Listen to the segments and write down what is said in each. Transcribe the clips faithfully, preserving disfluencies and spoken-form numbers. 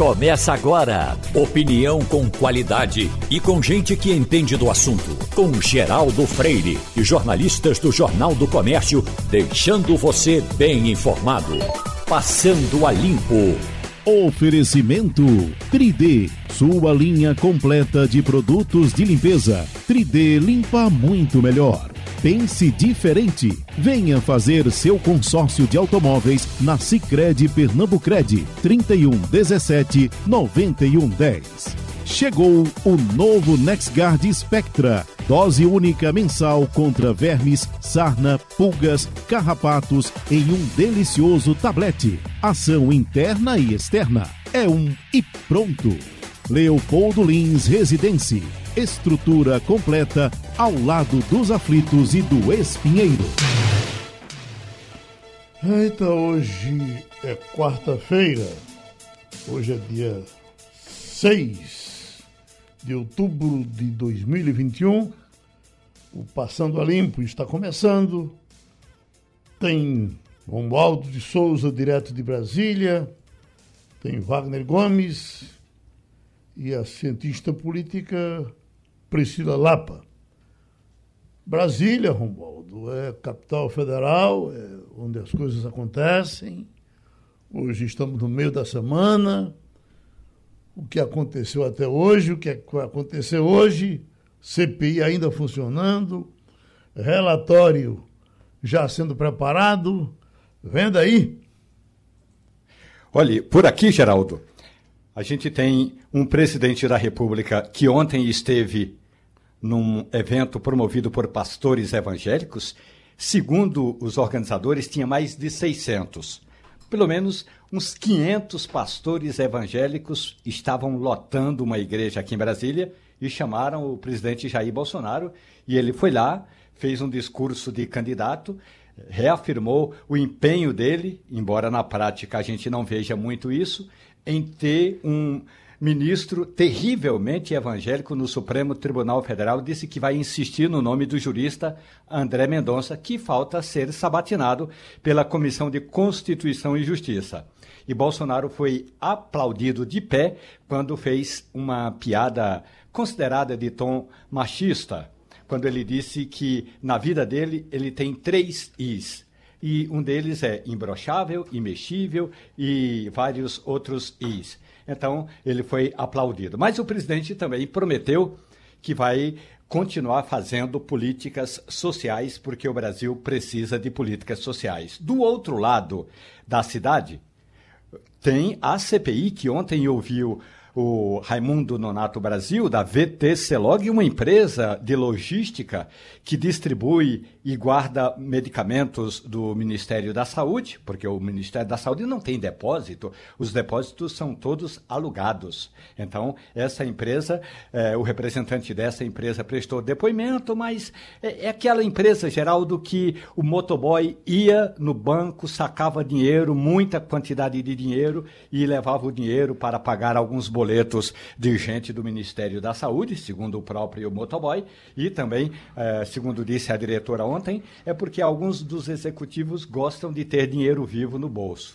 Começa agora. Opinião com qualidade e com gente que entende do assunto. Com Geraldo Freire e jornalistas do Jornal do Comércio, deixando você bem informado. Passando a Limpo. Oferecimento três D, sua linha completa de produtos de limpeza. três D limpa muito melhor. Pense diferente. Venha fazer seu consórcio de automóveis na Sicredi Pernambucred, trinta e um dezessete, noventa e um dez. Chegou o novo NexGard Spectra, dose única mensal contra vermes, sarna, pulgas, carrapatos em um delicioso tablete. Ação interna e externa. É um e pronto. Leopoldo Lins Residência. Estrutura completa ao lado dos aflitos e do Espinheiro. Eita, hoje é quarta-feira. Hoje é dia seis de outubro de dois mil e vinte e um. O Passando a Limpo está começando. Tem Romualdo de Souza, direto de Brasília. Tem Wagner Gomes e a cientista política Priscila Lapa. Brasília, Romualdo, é capital federal, é onde as coisas acontecem. Hoje estamos no meio da semana. O que aconteceu até hoje, o que vai acontecer hoje, C P I ainda funcionando, relatório já sendo preparado. Vendo aí? Olha, por aqui, Geraldo, a gente tem um presidente da República que ontem esteve num evento promovido por pastores evangélicos. Segundo os organizadores, tinha mais de seiscentos. Pelo menos uns quinhentos pastores evangélicos estavam lotando uma igreja aqui em Brasília e chamaram o presidente Jair Bolsonaro, e ele foi lá, fez um discurso de candidato, reafirmou o empenho dele, embora na prática a gente não veja muito isso, em ter um ministro terrivelmente evangélico no Supremo Tribunal Federal. Disse que vai insistir no nome do jurista André Mendonça, que falta ser sabatinado pela Comissão de Constituição e Justiça. E Bolsonaro foi aplaudido de pé quando fez uma piada considerada de tom machista, quando ele disse que na vida dele ele tem três Is. E um deles é imbrochável, imexível e vários outros Is. Então, ele foi aplaudido. Mas o presidente também prometeu que vai continuar fazendo políticas sociais, porque o Brasil precisa de políticas sociais. Do outro lado da cidade, tem a C P I, que ontem ouviu o Raimundo Nonato Brasil, da V T Celog, uma empresa de logística que distribui e guarda medicamentos do Ministério da Saúde, porque o Ministério da Saúde não tem depósito, os depósitos são todos alugados. Então, essa empresa, eh, o representante dessa empresa prestou depoimento, mas é, é aquela empresa, Geraldo, que o motoboy ia no banco, sacava dinheiro, muita quantidade de dinheiro, e levava o dinheiro para pagar alguns boletos boletos de gente do Ministério da Saúde, segundo o próprio motoboy, e também, eh, segundo disse a diretora ontem, é porque alguns dos executivos gostam de ter dinheiro vivo no bolso.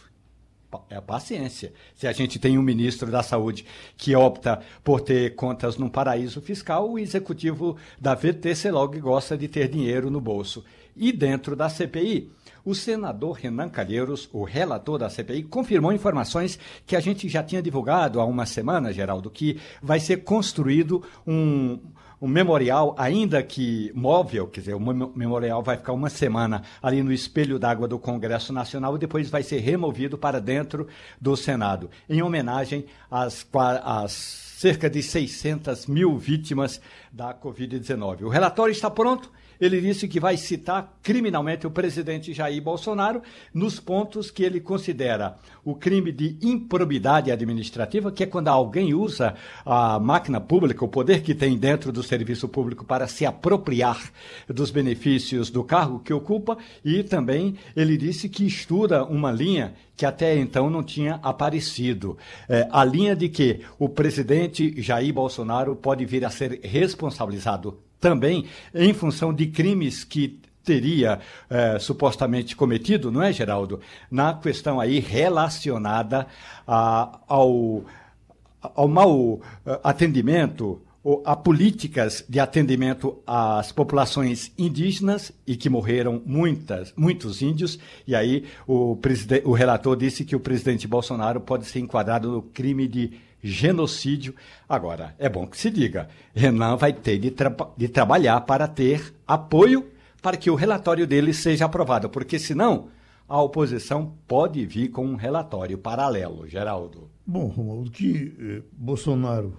É paciência. Se a gente tem um ministro da Saúde que opta por ter contas num paraíso fiscal, o executivo da V T Celog gosta de ter dinheiro no bolso. E dentro da C P I, o senador Renan Calheiros, o relator da C P I, confirmou informações que a gente já tinha divulgado há uma semana, Geraldo, que vai ser construído um, um memorial, ainda que móvel, quer dizer, o memorial vai ficar uma semana ali no espelho d'água do Congresso Nacional e depois vai ser removido para dentro do Senado, em homenagem às, às cerca de seiscentas mil vítimas da covid dezenove. O relatório está pronto. Ele disse que vai citar criminalmente o presidente Jair Bolsonaro nos pontos que ele considera o crime de improbidade administrativa, que é quando alguém usa a máquina pública, o poder que tem dentro do serviço público para se apropriar dos benefícios do cargo que ocupa, e também ele disse que estuda uma linha que até então não tinha aparecido. É, a linha de que o presidente Jair Bolsonaro pode vir a ser responsabilizado também em função de crimes que teria eh, supostamente cometido, não é, Geraldo? Na questão aí relacionada a, ao ao mau atendimento, a políticas de atendimento às populações indígenas e que morreram muitas, muitos índios, e aí o, o relator disse que o presidente Bolsonaro pode ser enquadrado no crime de genocídio. Agora, é bom que se diga, Renan vai ter de, tra de trabalhar para ter apoio para que o relatório dele seja aprovado, porque senão a oposição pode vir com um relatório paralelo. Geraldo. Bom, Romualdo, que eh, Bolsonaro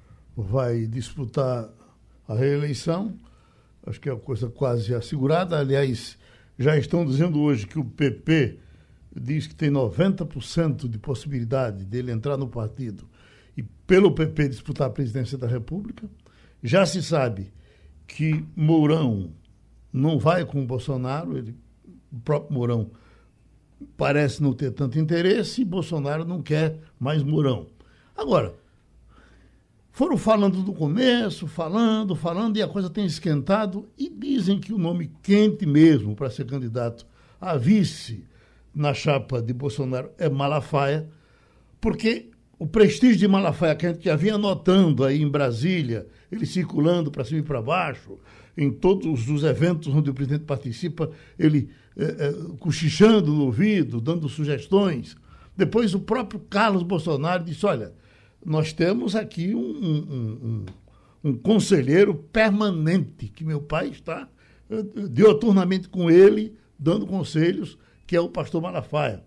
vai disputar a reeleição, acho que é uma coisa quase assegurada. Aliás, já estão dizendo hoje que o P P diz que tem noventa por cento de possibilidade dele entrar no partido e pelo P P disputar a presidência da República. Já se sabe que Mourão não vai com o Bolsonaro, ele, o próprio Mourão parece não ter tanto interesse e Bolsonaro não quer mais Mourão. Agora, foram falando do começo, falando, falando, e a coisa tem esquentado, e dizem que o nome quente mesmo para ser candidato a vice na chapa de Bolsonaro é Malafaia, porque o prestígio de Malafaia, que a gente já vinha notando aí em Brasília, ele circulando para cima e para baixo, em todos os eventos onde o presidente participa, ele é, é, cochichando no ouvido, dando sugestões. Depois o próprio Carlos Bolsonaro disse, olha, nós temos aqui um, um, um, um conselheiro permanente, que meu pai está dioturnamente com ele, dando conselhos, que é o pastor Malafaia.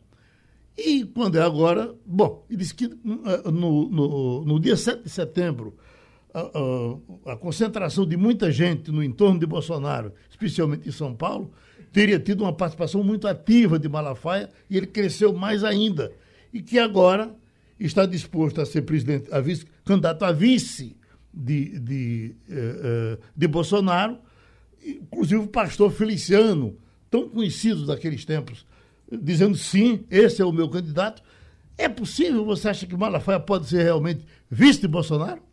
E quando é agora... Bom, ele disse que no, no, no dia sete de setembro, a, a, a concentração de muita gente no entorno de Bolsonaro, especialmente em São Paulo, teria tido uma participação muito ativa de Malafaia, e ele cresceu mais ainda. E que agora está disposto a ser presidente, a vice, candidato a vice de, de, de, de Bolsonaro, inclusive o pastor Feliciano, tão conhecido daqueles tempos, dizendo sim, esse é o meu candidato. É possível, você acha que Malafaia pode ser realmente vice de Bolsonaro?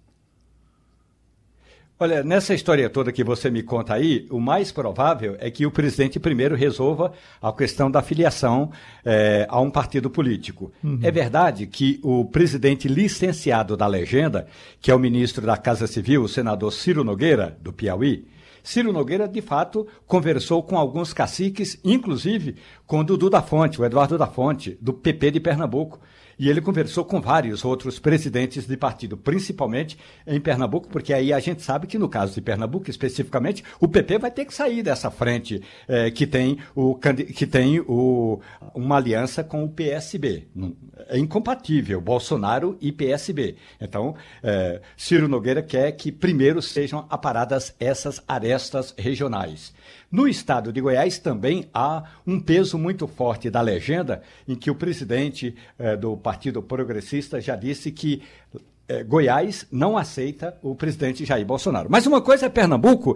Olha, nessa história toda que você me conta aí, o mais provável é que o presidente primeiro resolva a questão da filiação é, a um partido político. Uhum. É verdade que o presidente licenciado da legenda, que é o ministro da Casa Civil, o senador Ciro Nogueira, do Piauí, Ciro Nogueira, de fato, conversou com alguns caciques, inclusive com o Dudu da Fonte, o Eduardo da Fonte, do P P de Pernambuco. E ele conversou com vários outros presidentes de partido, principalmente em Pernambuco, porque aí a gente sabe que no caso de Pernambuco, especificamente, o P P vai ter que sair dessa frente eh, que tem, o, que tem o, uma aliança com o P S B. É incompatível, Bolsonaro e P S B. Então, eh, Ciro Nogueira quer que primeiro sejam aparadas essas arestas regionais. No estado de Goiás também há um peso muito forte da legenda, em que o presidente eh, do Partido Progressista já disse que eh, Goiás não aceita o presidente Jair Bolsonaro. Mas uma coisa é Pernambuco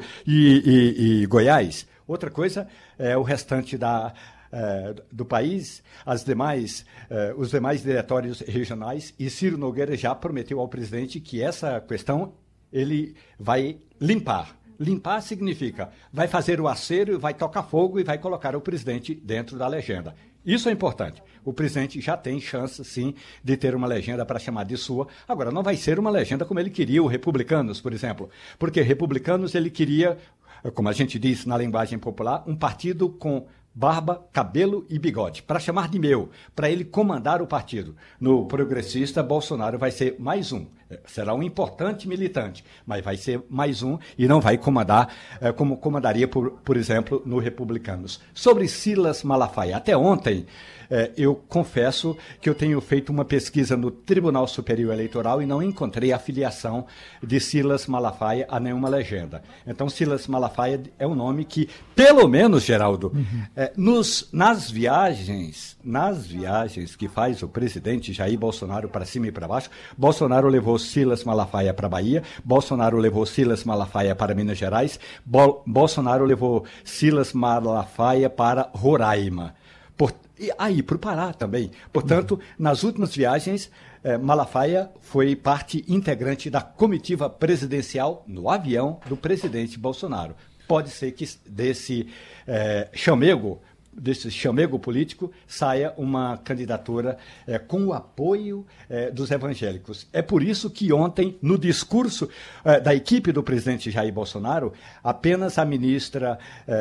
e, e, e Goiás, outra coisa é o restante da, eh, do país, as demais, eh, os demais diretórios regionais, e Ciro Nogueira já prometeu ao presidente que essa questão ele vai limpar. Limpar significa, vai fazer o acero, vai tocar fogo e vai colocar o presidente dentro da legenda. Isso é importante. O presidente já tem chance, sim, de ter uma legenda para chamar de sua. Agora, não vai ser uma legenda como ele queria, o Republicanos, por exemplo. Porque Republicanos, ele queria, como a gente diz na linguagem popular, um partido com barba, cabelo e bigode, para chamar de meu, para ele comandar o partido. No Progressista, Bolsonaro vai ser mais um. Será um importante militante, mas vai ser mais um e não vai comandar eh, como comandaria, por, por exemplo, no Republicanos. Sobre Silas Malafaia, até ontem eh, eu confesso que eu tenho feito uma pesquisa no Tribunal Superior Eleitoral e não encontrei a filiação de Silas Malafaia a nenhuma legenda. Então, Silas Malafaia é um nome que, pelo menos, Geraldo, uhum. eh, nos, nas viagens, nas viagens que faz o presidente Jair Bolsonaro para cima e para baixo, Bolsonaro levou Silas Malafaia para a Bahia, Bolsonaro levou Silas Malafaia para Minas Gerais, Bol Bolsonaro levou Silas Malafaia para Roraima. Por, e aí, para o Pará também. Portanto, nas últimas viagens, eh, Malafaia foi parte integrante da comitiva presidencial no avião do presidente Bolsonaro. Pode ser que desse eh, chamego desse chamego político, saia uma candidatura é, com o apoio é, dos evangélicos. É por isso que ontem, no discurso é, da equipe do presidente Jair Bolsonaro, apenas a ministra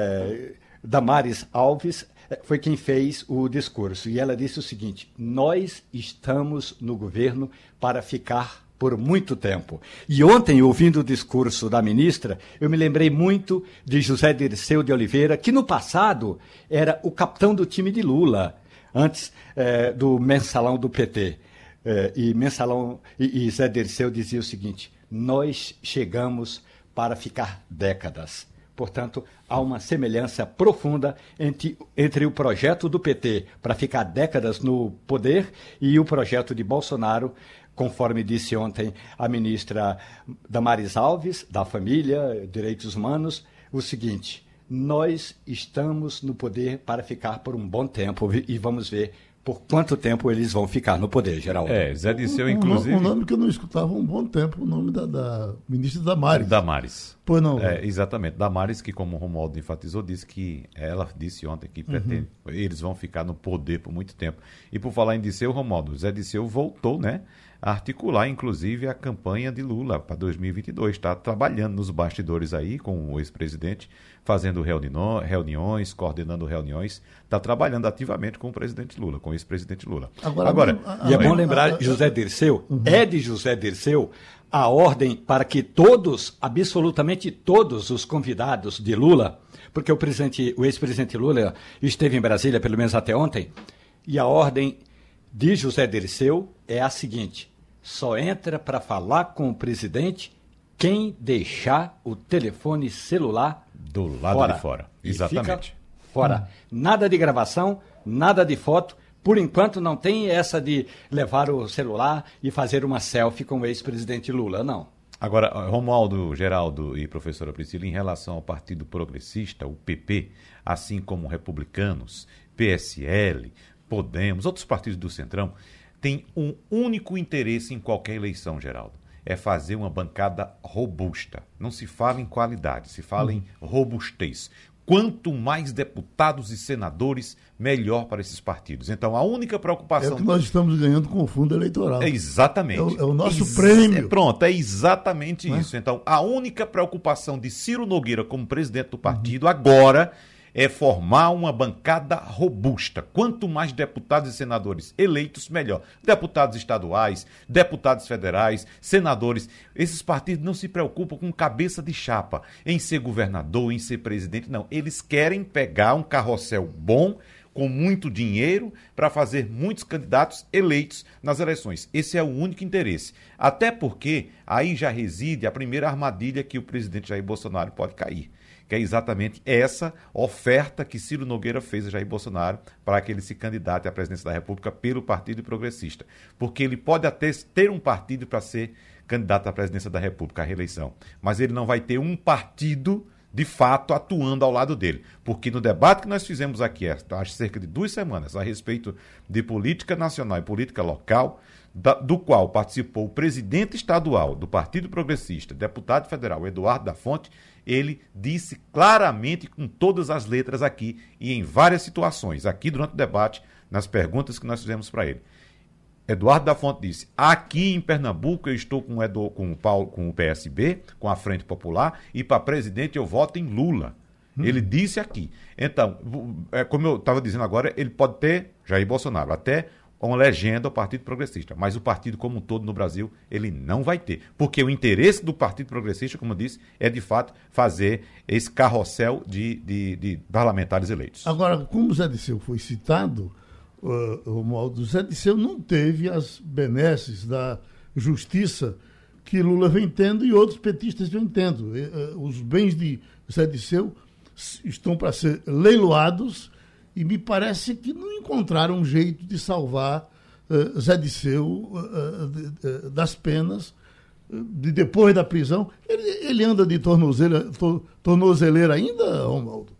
é, Damares Alves foi quem fez o discurso. E ela disse o seguinte: nós estamos no governo para ficar por muito tempo. E ontem, ouvindo o discurso da ministra, eu me lembrei muito de José Dirceu de Oliveira, que no passado era o capitão do time de Lula, antes eh, do mensalão do P T. Eh, e mensalão e, e Zé Dirceu dizia o seguinte: nós chegamos para ficar décadas. Portanto, há uma semelhança profunda entre, entre o projeto do P T para ficar décadas no poder e o projeto de Bolsonaro, conforme disse ontem a ministra Damares Alves, da Família, Direitos Humanos, o seguinte: nós estamos no poder para ficar por um bom tempo e vamos ver por quanto tempo eles vão ficar no poder, Geraldo. É, Zé Dirceu, um, inclusive... Um nome que eu não escutava há um bom tempo, o nome da, da ministra Damares. Damares. Pois não. É, exatamente. Damares, que como o Romualdo enfatizou, disse que ela disse ontem que pretende, uhum. eles vão ficar no poder por muito tempo. E por falar em Dirceu, Romualdo, Zé Dirceu voltou, né, a articular, inclusive, a campanha de Lula para dois mil e vinte e dois. Está trabalhando nos bastidores aí com o ex-presidente, fazendo reunião, reuniões, coordenando reuniões, está trabalhando ativamente com o presidente Lula, com o ex-presidente Lula. Agora, Agora a, a, e é bom lembrar, a, José Dirceu, uhum. é de José Dirceu a ordem para que todos, absolutamente todos os convidados de Lula, porque o, presidente, o ex-presidente Lula esteve em Brasília, pelo menos até ontem, e a ordem de José Dirceu é a seguinte: só entra para falar com o presidente quem deixar o telefone celular do lado fora. de fora. Exatamente. Fora. Hum. Nada de gravação, nada de foto. Por enquanto não tem essa de levar o celular e fazer uma selfie com o ex-presidente Lula, não. Agora, Romualdo, Geraldo e professora Priscila, em relação ao Partido Progressista, o P P, assim como Republicanos, P S L, Podemos, outros partidos do Centrão, têm um único interesse em qualquer eleição, Geraldo: é fazer uma bancada robusta. Não se fala em qualidade, se fala hum. em robustez. Quanto mais deputados e senadores, melhor para esses partidos. Então, a única preocupação... É que nós estamos ganhando com o fundo eleitoral. É exatamente. É o, é o nosso Ex- prêmio. É, pronto, é exatamente Não isso. É? Então, a única preocupação de Ciro Nogueira como presidente do partido uhum. agora é formar uma bancada robusta. Quanto mais deputados e senadores eleitos, melhor. Deputados estaduais, deputados federais, senadores. Esses partidos não se preocupam com cabeça de chapa, em ser governador, em ser presidente. Não, eles querem pegar um carrossel bom, com muito dinheiro, para fazer muitos candidatos eleitos nas eleições. Esse é o único interesse. Até porque aí já reside a primeira armadilha que o presidente Jair Bolsonaro pode cair, que é exatamente essa oferta que Ciro Nogueira fez a Jair Bolsonaro para que ele se candidate à presidência da República pelo Partido Progressista. Porque ele pode até ter um partido para ser candidato à presidência da República, à reeleição, mas ele não vai ter um partido, de fato, atuando ao lado dele. Porque no debate que nós fizemos aqui, há cerca de duas semanas, a respeito de política nacional e política local, da, do qual participou o presidente estadual do Partido Progressista, deputado federal Eduardo da Fonte, ele disse claramente, com todas as letras aqui e em várias situações, aqui durante o debate, nas perguntas que nós fizemos para ele. Eduardo da Fonte disse: aqui em Pernambuco eu estou com o, Edu, com o, Paulo, com o P S B, com a Frente Popular, e para presidente eu voto em Lula. Hum. Ele disse aqui. Então, é, como eu estava dizendo agora, ele pode ter, Jair Bolsonaro, até uma legenda ao Partido Progressista, mas o partido como um todo no Brasil, ele não vai ter. Porque o interesse do Partido Progressista, como eu disse, é de fato fazer esse carrossel de, de, de parlamentares eleitos. Agora, como o Zé Dirceu foi citado, uh, Romualdo, o Zé Dirceu não teve as benesses da justiça que Lula vem tendo e outros petistas vêm tendo. Uh, os bens de Zé Dirceu estão para ser leiloados e me parece que não encontraram um jeito de salvar uh, Zé Dirceu uh, de, de, das penas uh, de depois da prisão. Ele, ele anda de tornozeleira, to, tornozeleira ainda, Romualdo?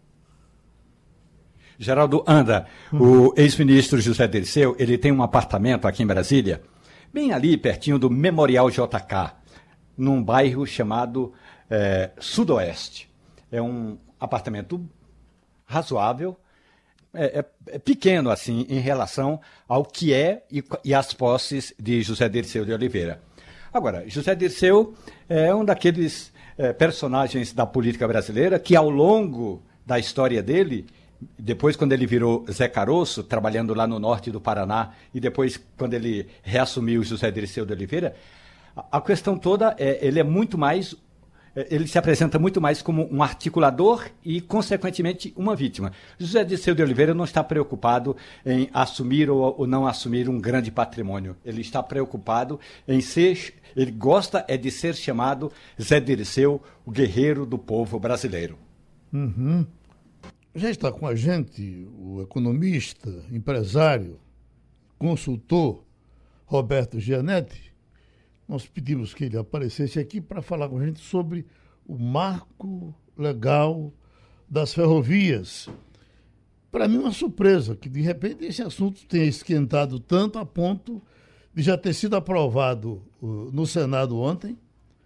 Geraldo, anda. Hum. O ex-ministro José Dirceu, ele tem um apartamento aqui em Brasília, bem ali pertinho do Memorial J K, num bairro chamado é, Sudoeste. É um apartamento razoável, é, é, é pequeno assim em relação ao que é e, e as posses de José Dirceu de Oliveira. Agora, José Dirceu é um daqueles é, personagens da política brasileira que, ao longo da história dele, depois quando ele virou Zé Caroço, trabalhando lá no norte do Paraná, e depois quando ele reassumiu José Dirceu de Oliveira, a, a questão toda, é, ele é muito mais, ele se apresenta muito mais como um articulador e, consequentemente, uma vítima. José Dirceu de Oliveira não está preocupado em assumir ou, ou não assumir um grande patrimônio. Ele está preocupado em ser, ele gosta é de ser chamado Zé Dirceu, o guerreiro do povo brasileiro. Uhum. Já está com a gente o economista, empresário, consultor Roberto Gianetti. Nós pedimos que ele aparecesse aqui para falar com a gente sobre o marco legal das ferrovias. Para mim, uma surpresa que, de repente, esse assunto tenha esquentado tanto a ponto de já ter sido aprovado uh, no Senado ontem.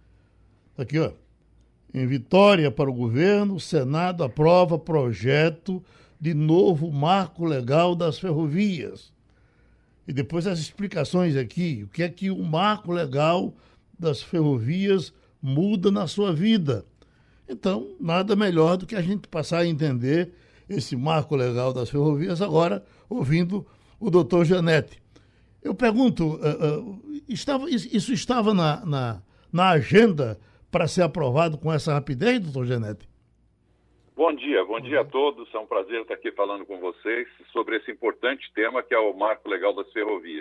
Aqui, ó. Em vitória para o governo, o Senado aprova projeto de novo marco legal das ferrovias. E depois as explicações aqui, o que é que o marco legal das ferrovias muda na sua vida. Então, nada melhor do que a gente passar a entender esse marco legal das ferrovias agora, ouvindo o doutor Gianetti. Eu pergunto, uh, uh, estava, isso estava na, na, na agenda para ser aprovado com essa rapidez, doutor Gianetti? Bom dia, bom dia a todos. É um prazer estar aqui falando com vocês sobre esse importante tema que é o Marco Legal das Ferrovias.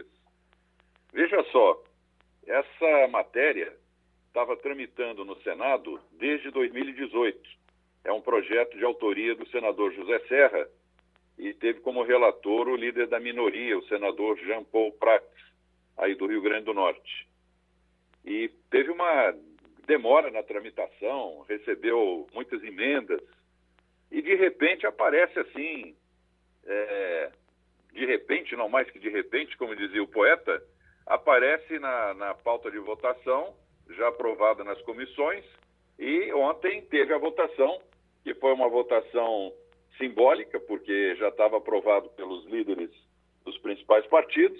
Veja só, essa matéria estava tramitando no Senado desde dois mil e dezoito. É um projeto de autoria do senador José Serra e teve como relator o líder da minoria, o senador Jean Paul Prats, aí do Rio Grande do Norte. E teve uma demora na tramitação, recebeu muitas emendas, e de repente aparece assim, é, de repente, não mais que de repente, como dizia o poeta, aparece na, na pauta de votação, já aprovada nas comissões, e ontem teve a votação, que foi uma votação simbólica, porque já estava aprovado pelos líderes dos principais partidos,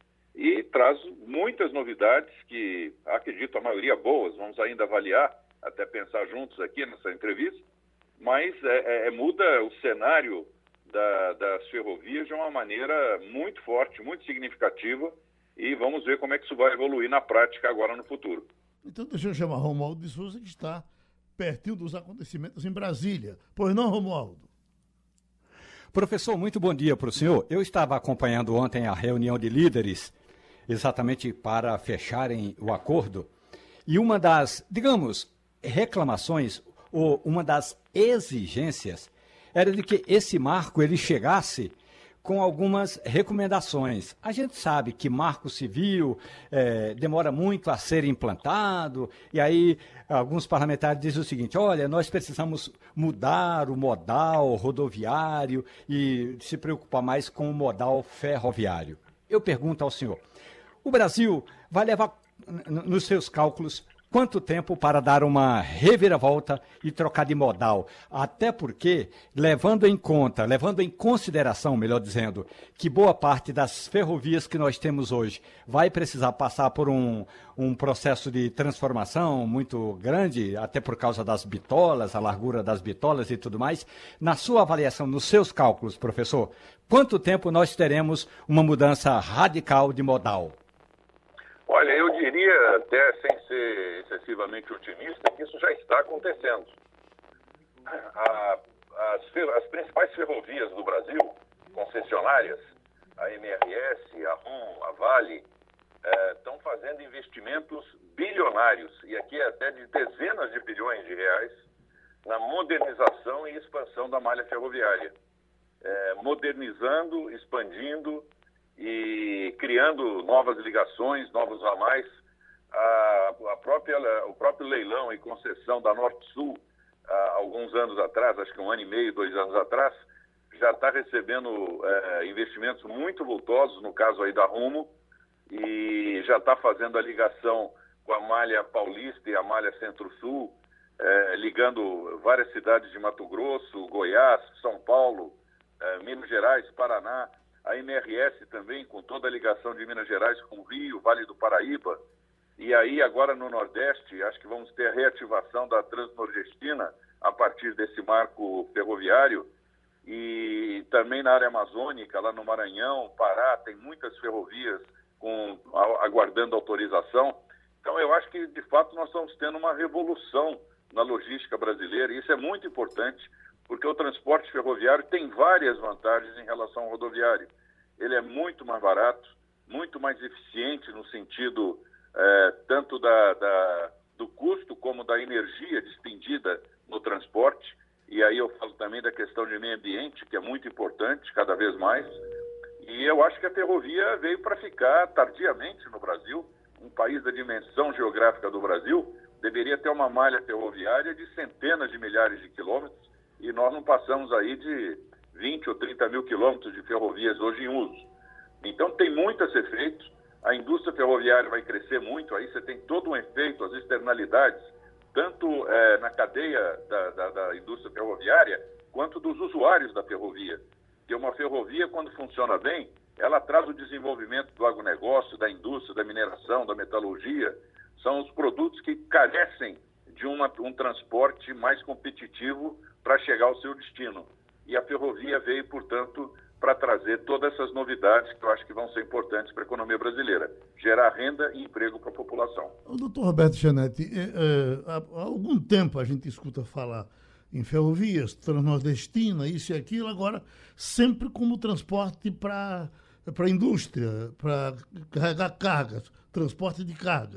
e traz muitas novidades que, acredito, a maioria boas, vamos ainda avaliar, até pensar juntos aqui nessa entrevista, mas é, é, muda o cenário da, das ferrovias de uma maneira muito forte, muito significativa, e vamos ver como é que isso vai evoluir na prática agora no futuro. Então deixa eu chamar Romualdo de Souza, que está pertinho dos acontecimentos em Brasília. Pois não, Romualdo? Professor, muito bom dia para o senhor. Eu estava acompanhando ontem a reunião de líderes, exatamente para fecharem o acordo, e uma das, digamos, reclamações, ou uma das exigências, era de que esse marco ele chegasse com algumas recomendações. A gente sabe que marco civil é, demora muito a ser implantado, e aí alguns parlamentares dizem o seguinte: olha, nós precisamos mudar o modal rodoviário e se preocupar mais com o modal ferroviário. Eu pergunto ao senhor, o Brasil vai levar, nos seus cálculos, quanto tempo para dar uma reviravolta e trocar de modal? Até porque, levando em conta, levando em consideração, melhor dizendo, que boa parte das ferrovias que nós temos hoje vai precisar passar por um, um processo de transformação muito grande, até por causa das bitolas, a largura das bitolas e tudo mais. Na sua avaliação, nos seus cálculos, professor, quanto tempo nós teremos uma mudança radical de modal? Olha, eu diria, até sem ser excessivamente otimista, que isso já está acontecendo. A, as, as principais ferrovias do Brasil, concessionárias, a M R S, a Rum, a Vale, estão eh, fazendo investimentos bilionários, e aqui é até de dezenas de bilhões de reais, na modernização e expansão da malha ferroviária. Eh, modernizando, expandindo e criando novas ligações, novos ramais. A, a própria, o próprio leilão e concessão da Norte-Sul, há alguns anos atrás, acho que um ano e meio, dois anos atrás, já está recebendo é, investimentos muito vultosos, no caso aí da Rumo, e já está fazendo a ligação com a malha paulista e a malha centro-sul, é, ligando várias cidades de Mato Grosso, Goiás, São Paulo, eh, Minas Gerais, Paraná, a M R S também, com toda a ligação de Minas Gerais com o Rio, Vale do Paraíba. E aí, agora no Nordeste, acho que vamos ter a reativação da Transnordestina a partir desse marco ferroviário. E também na área amazônica, lá no Maranhão, Pará, tem muitas ferrovias com, aguardando autorização. Então, eu acho que, de fato, nós estamos tendo uma revolução na logística brasileira, e isso é muito importante, porque o transporte ferroviário tem várias vantagens em relação ao rodoviário. Ele é muito mais barato, muito mais eficiente no sentido eh, tanto da, da, do custo como da energia despendida no transporte. E aí eu falo também da questão de meio ambiente, que é muito importante, cada vez mais. E eu acho que a ferrovia veio para ficar tardiamente no Brasil. Um país da dimensão geográfica do Brasil deveria ter uma malha ferroviária de centenas de milhares de quilômetros, e nós não passamos aí de vinte ou trinta mil quilômetros de ferrovias hoje em uso. Então tem muito a ser feito, a indústria ferroviária vai crescer muito, aí você tem todo um efeito, as externalidades, tanto eh, na cadeia da, da, da indústria ferroviária, quanto dos usuários da ferrovia. Porque uma ferrovia, quando funciona bem, ela traz o desenvolvimento do agronegócio, da indústria, da mineração, da metalurgia. São os produtos que carecem de uma, um transporte mais competitivo para chegar ao seu destino. E a ferrovia veio, portanto, para trazer todas essas novidades que eu acho que vão ser importantes para a economia brasileira. Gerar renda e emprego para a população. O doutor Roberto Gianetti, é, é, há, há algum tempo a gente escuta falar em ferrovias, transnordestina, isso e aquilo, agora sempre como transporte para para a indústria, para carregar cargas, transporte de carga.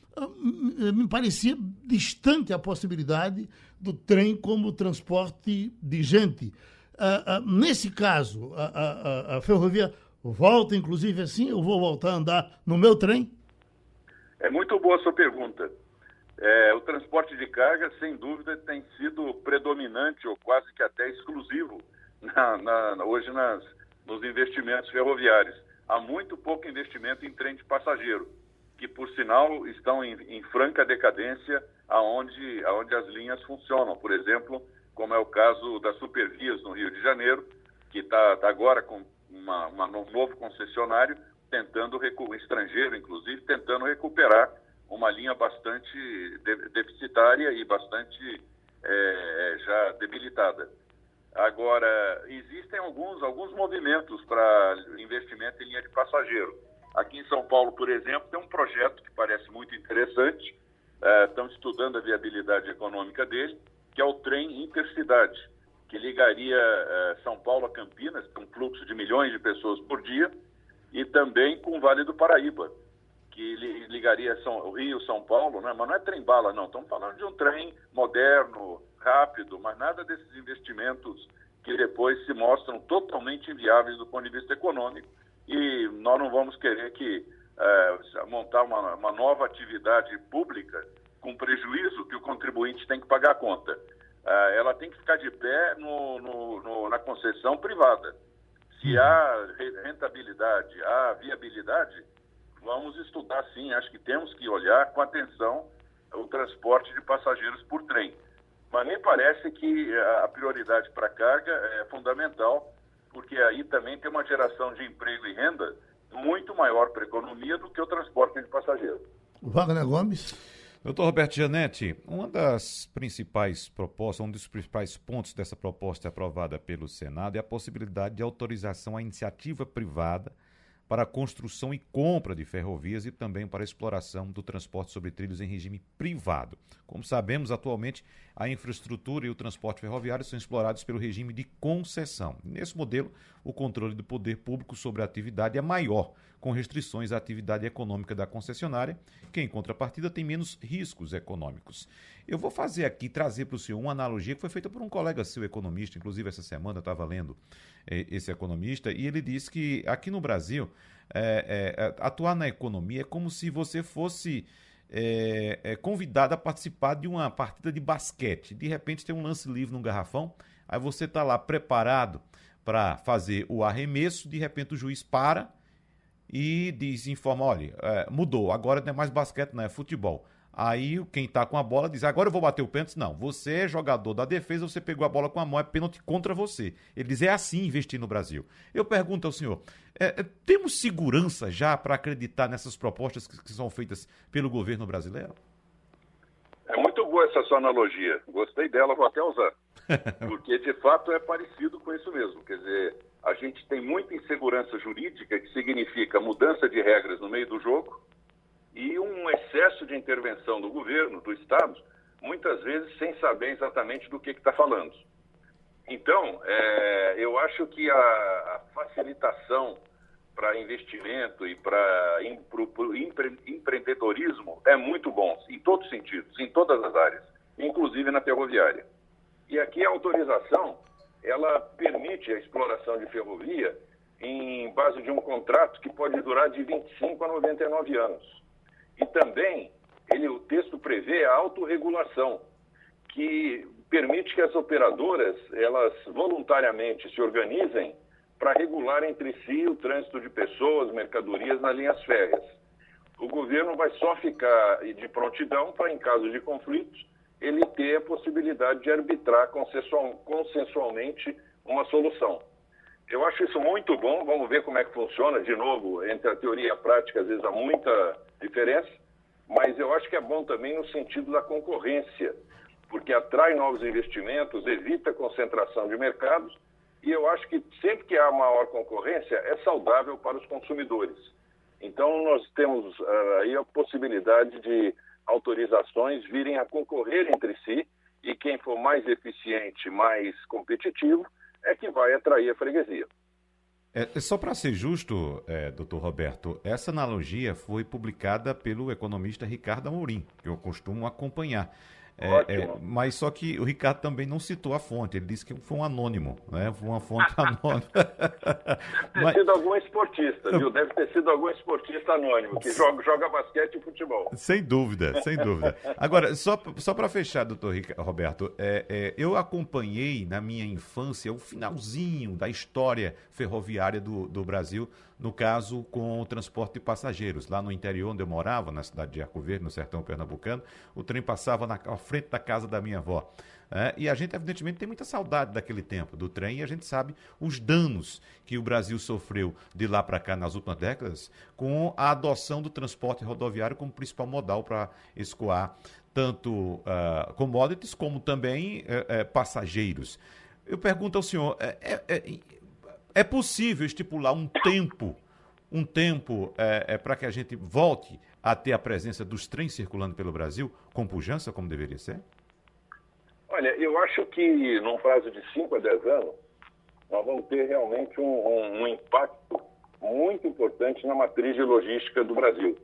Me parecia distante a possibilidade do trem como transporte de gente. Uh, uh, nesse caso, a, a, a ferrovia volta, inclusive, assim? Eu vou voltar a andar no meu trem? É muito boa a sua pergunta. É, o transporte de carga, sem dúvida, tem sido predominante ou quase que até exclusivo na, na, hoje nas, nos investimentos ferroviários. Há muito pouco investimento em trem de passageiro, que, por sinal, estão em, em franca decadência aonde, aonde as linhas funcionam. Por exemplo, como é o caso das Supervias no Rio de Janeiro, que está tá agora com uma, uma, um novo concessionário, tentando, recu- estrangeiro inclusive, tentando recuperar uma linha bastante de- deficitária e bastante é, já debilitada. Agora, existem alguns, alguns movimentos para investimento em linha de passageiro. Aqui em São Paulo, por exemplo, tem um projeto que parece muito interessante, uh, estão estudando a viabilidade econômica dele, que é o trem intercidade, que ligaria uh, São Paulo a Campinas, com um fluxo de milhões de pessoas por dia, e também com o Vale do Paraíba, que li- ligaria São, Rio, São Paulo, né? Mas não é trem-bala, não, estamos falando de um trem moderno, rápido, mas nada desses investimentos que depois se mostram totalmente inviáveis do ponto de vista econômico. E nós não vamos querer que uh, montar uma, uma nova atividade pública com prejuízo que o contribuinte tem que pagar a conta. Uh, ela tem que ficar de pé no, no, no, na concessão privada. Se há rentabilidade, há viabilidade, vamos estudar sim. Acho que temos que olhar com atenção o transporte de passageiros por trem. Mas me parece que a prioridade para a carga é fundamental, porque aí também tem uma geração de emprego e renda muito maior para a economia do que o transporte de passageiro. Wagner Gomes. Doutor Roberto Gianetti, uma das principais propostas, um dos principais pontos dessa proposta aprovada pelo Senado é a possibilidade de autorização à iniciativa privada para a construção e compra de ferrovias e também para a exploração do transporte sobre trilhos em regime privado. Como sabemos, atualmente, a infraestrutura e o transporte ferroviário são explorados pelo regime de concessão. Nesse modelo, o controle do poder público sobre a atividade é maior, com restrições à atividade econômica da concessionária, que, em contrapartida, tem menos riscos econômicos. Eu vou fazer aqui, trazer para o senhor uma analogia que foi feita por um colega seu economista, inclusive essa semana eu estava lendo eh, esse economista, e ele disse que aqui no Brasil, é, é, atuar na economia é como se você fosse é, é, convidado a participar de uma partida de basquete. De repente tem um lance livre num garrafão, aí você está lá preparado para fazer o arremesso, de repente o juiz para e diz, informa, olha, é, mudou, agora não é mais basquete, não é futebol. Aí quem tá com a bola diz, agora eu vou bater o pênalti. Não, você é jogador da defesa, você pegou a bola com a mão, é pênalti contra você. Ele diz, é assim investir no Brasil. Eu pergunto ao senhor, é, é, temos segurança já para acreditar nessas propostas que, que são feitas pelo governo brasileiro? É muito boa essa sua analogia. Gostei dela, vou até usar. Porque, de fato, é parecido com isso mesmo. Quer dizer, a gente tem muita insegurança jurídica, que significa mudança de regras no meio do jogo, e um excesso de intervenção do governo, do Estado, muitas vezes sem saber exatamente do que está falando. Então, é, eu acho que a, a facilitação para investimento e para empre, empreendedorismo é muito bom, em todos os sentidos, em todas as áreas, inclusive na ferroviária. E aqui a autorização, ela permite a exploração de ferrovia em base de um contrato que pode durar de vinte e cinco a noventa e nove anos. E também, ele, o texto prevê a autorregulação, que permite que as operadoras, elas voluntariamente se organizem para regular entre si o trânsito de pessoas, mercadorias nas linhas férreas. O governo vai só ficar de prontidão para, em caso de conflitos, ele ter a possibilidade de arbitrar consensual, consensualmente uma solução. Eu acho isso muito bom, vamos ver como é que funciona, de novo, entre a teoria e a prática, às vezes há muita diferença, mas eu acho que é bom também no sentido da concorrência, porque atrai novos investimentos, evita a concentração de mercados, e eu acho que sempre que há maior concorrência, é saudável para os consumidores. Então, nós temos uh, aí a possibilidade de autorizações virem a concorrer entre si, e quem for mais eficiente, mais competitivo, é que vai atrair a freguesia. É, só para ser justo, é, doutor Roberto, essa analogia foi publicada pelo economista Ricardo Amorim, que eu costumo acompanhar. É, é, mas só que o Ricardo também não citou a fonte, ele disse que foi um anônimo, né? Foi uma fonte anônima. Deve ter mas... sido algum esportista, viu? Deve ter sido algum esportista anônimo, que joga, joga basquete e futebol. Sem dúvida, sem dúvida. Agora, só, só para fechar, doutor Roberto, é, é, eu acompanhei na minha infância o finalzinho da história ferroviária do, do Brasil, no caso com o transporte de passageiros. Lá no interior onde eu morava, na cidade de Arco Verde, no sertão pernambucano, o trem passava na à frente da casa da minha avó. É, e a gente, evidentemente, tem muita saudade daquele tempo, do trem, e a gente sabe os danos que o Brasil sofreu de lá para cá nas últimas décadas com a adoção do transporte rodoviário como principal modal para escoar tanto uh, commodities como também uh, uh, passageiros. Eu pergunto ao senhor, é, é, é possível estipular um tempo, um tempo é, é, para que a gente volte a ter a presença dos trens circulando pelo Brasil com pujança, como deveria ser? Olha, eu acho que num prazo de cinco a dez anos, nós vamos ter realmente um, um, um impacto muito importante na matriz de logística do Brasil,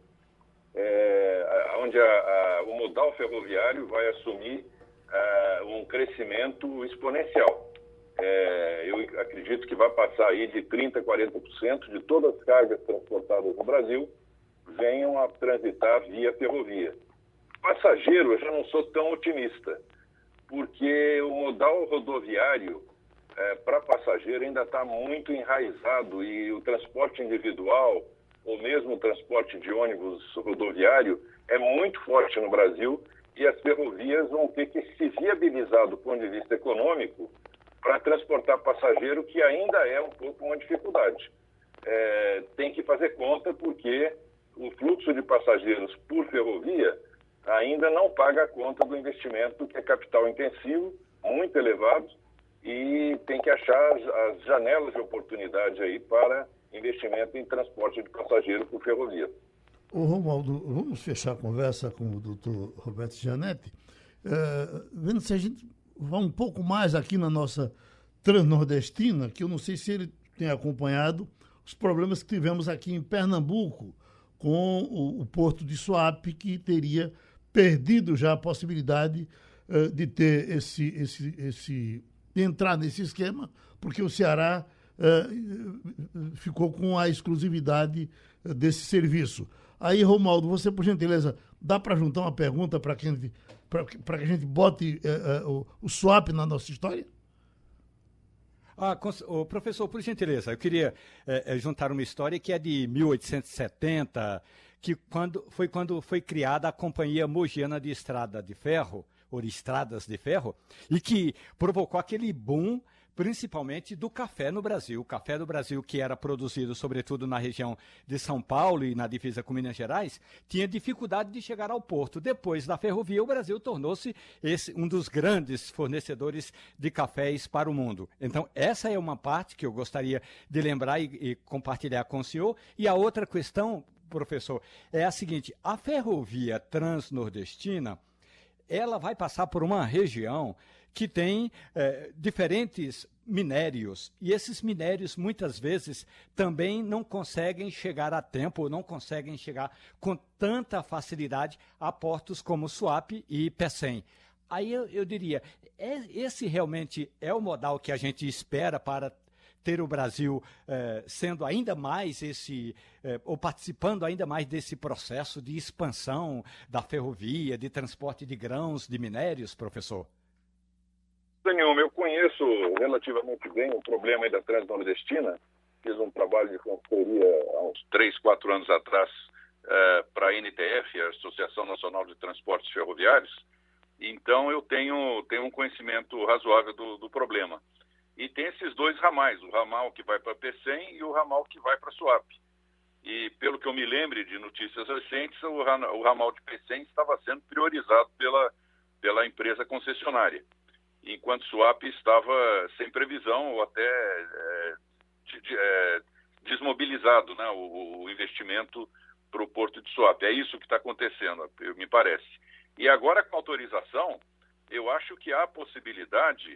é, onde a, a, o modal ferroviário vai assumir a, um crescimento exponencial. É, eu acredito que vai passar aí de trinta por cento, quarenta por cento de todas as cargas transportadas no Brasil venham a transitar via ferrovia. Passageiro, eu já não sou tão otimista, porque o modal rodoviário é, para passageiro ainda está muito enraizado e o transporte individual, ou mesmo o transporte de ônibus rodoviário, é muito forte no Brasil e as ferrovias vão ter que se viabilizar do ponto de vista econômico para transportar passageiro, que ainda é um pouco uma dificuldade. É, tem que fazer conta porque o fluxo de passageiros por ferrovia ainda não paga a conta do investimento, que é capital intensivo, muito elevado, e tem que achar as, as janelas de oportunidade aí para investimento em transporte de passageiro por ferrovia. Ô Romualdo, vamos fechar a conversa com o doutor Roberto Gianetti, é, vendo se a gente vai um pouco mais aqui na nossa Transnordestina, que eu não sei se ele tem acompanhado os problemas que tivemos aqui em Pernambuco com o, o porto de Suape, que teria perdido já a possibilidade uh, de ter esse, esse, esse, de entrar nesse esquema, porque o Ceará uh, ficou com a exclusividade uh, desse serviço. Aí, Romualdo, você, por gentileza, dá para juntar uma pergunta para que, que a gente bote uh, uh, o, o Suape na nossa história? Ah, oh, professor, por gentileza, eu queria eh, juntar uma história que é de mil oitocentos e setenta, que quando, foi quando foi criada a Companhia Mogiana de Estrada de Ferro, ou de Estradas de Ferro, e que provocou aquele boom, principalmente do café no Brasil. O café do Brasil, que era produzido sobretudo na região de São Paulo e na divisa com Minas Gerais, tinha dificuldade de chegar ao porto. Depois da ferrovia, o Brasil tornou-se esse, um dos grandes fornecedores de cafés para o mundo. Então, essa é uma parte que eu gostaria de lembrar e, e compartilhar com o senhor. E a outra questão, professor, é a seguinte: a ferrovia transnordestina, ela vai passar por uma região que tem eh, diferentes minérios, e esses minérios muitas vezes também não conseguem chegar a tempo, ou não conseguem chegar com tanta facilidade a portos como Suape e Pecém. Aí eu, eu diria, é, esse realmente é o modal que a gente espera para ter o Brasil eh, sendo ainda mais esse, eh, ou participando ainda mais desse processo de expansão da ferrovia, de transporte de grãos, de minérios, professor? Nenhuma. Eu conheço relativamente bem o problema aí da Transnordestina. Fiz um trabalho de consultoria há uns três, quatro anos atrás eh, para a N T F, a Associação Nacional de Transportes Ferroviários. Então eu tenho, tenho um conhecimento razoável do, do problema. E tem esses dois ramais, o ramal que vai para Pecém e o ramal que vai para Suape. E pelo que eu me lembre de notícias recentes, o, o ramal de Pecém estava sendo priorizado pela, pela empresa concessionária, enquanto Suape estava sem previsão ou até é, de, de, é, desmobilizado, né, o, o investimento para o porto de Suape. É isso que está acontecendo, me parece. E agora, com autorização, eu acho que há a possibilidade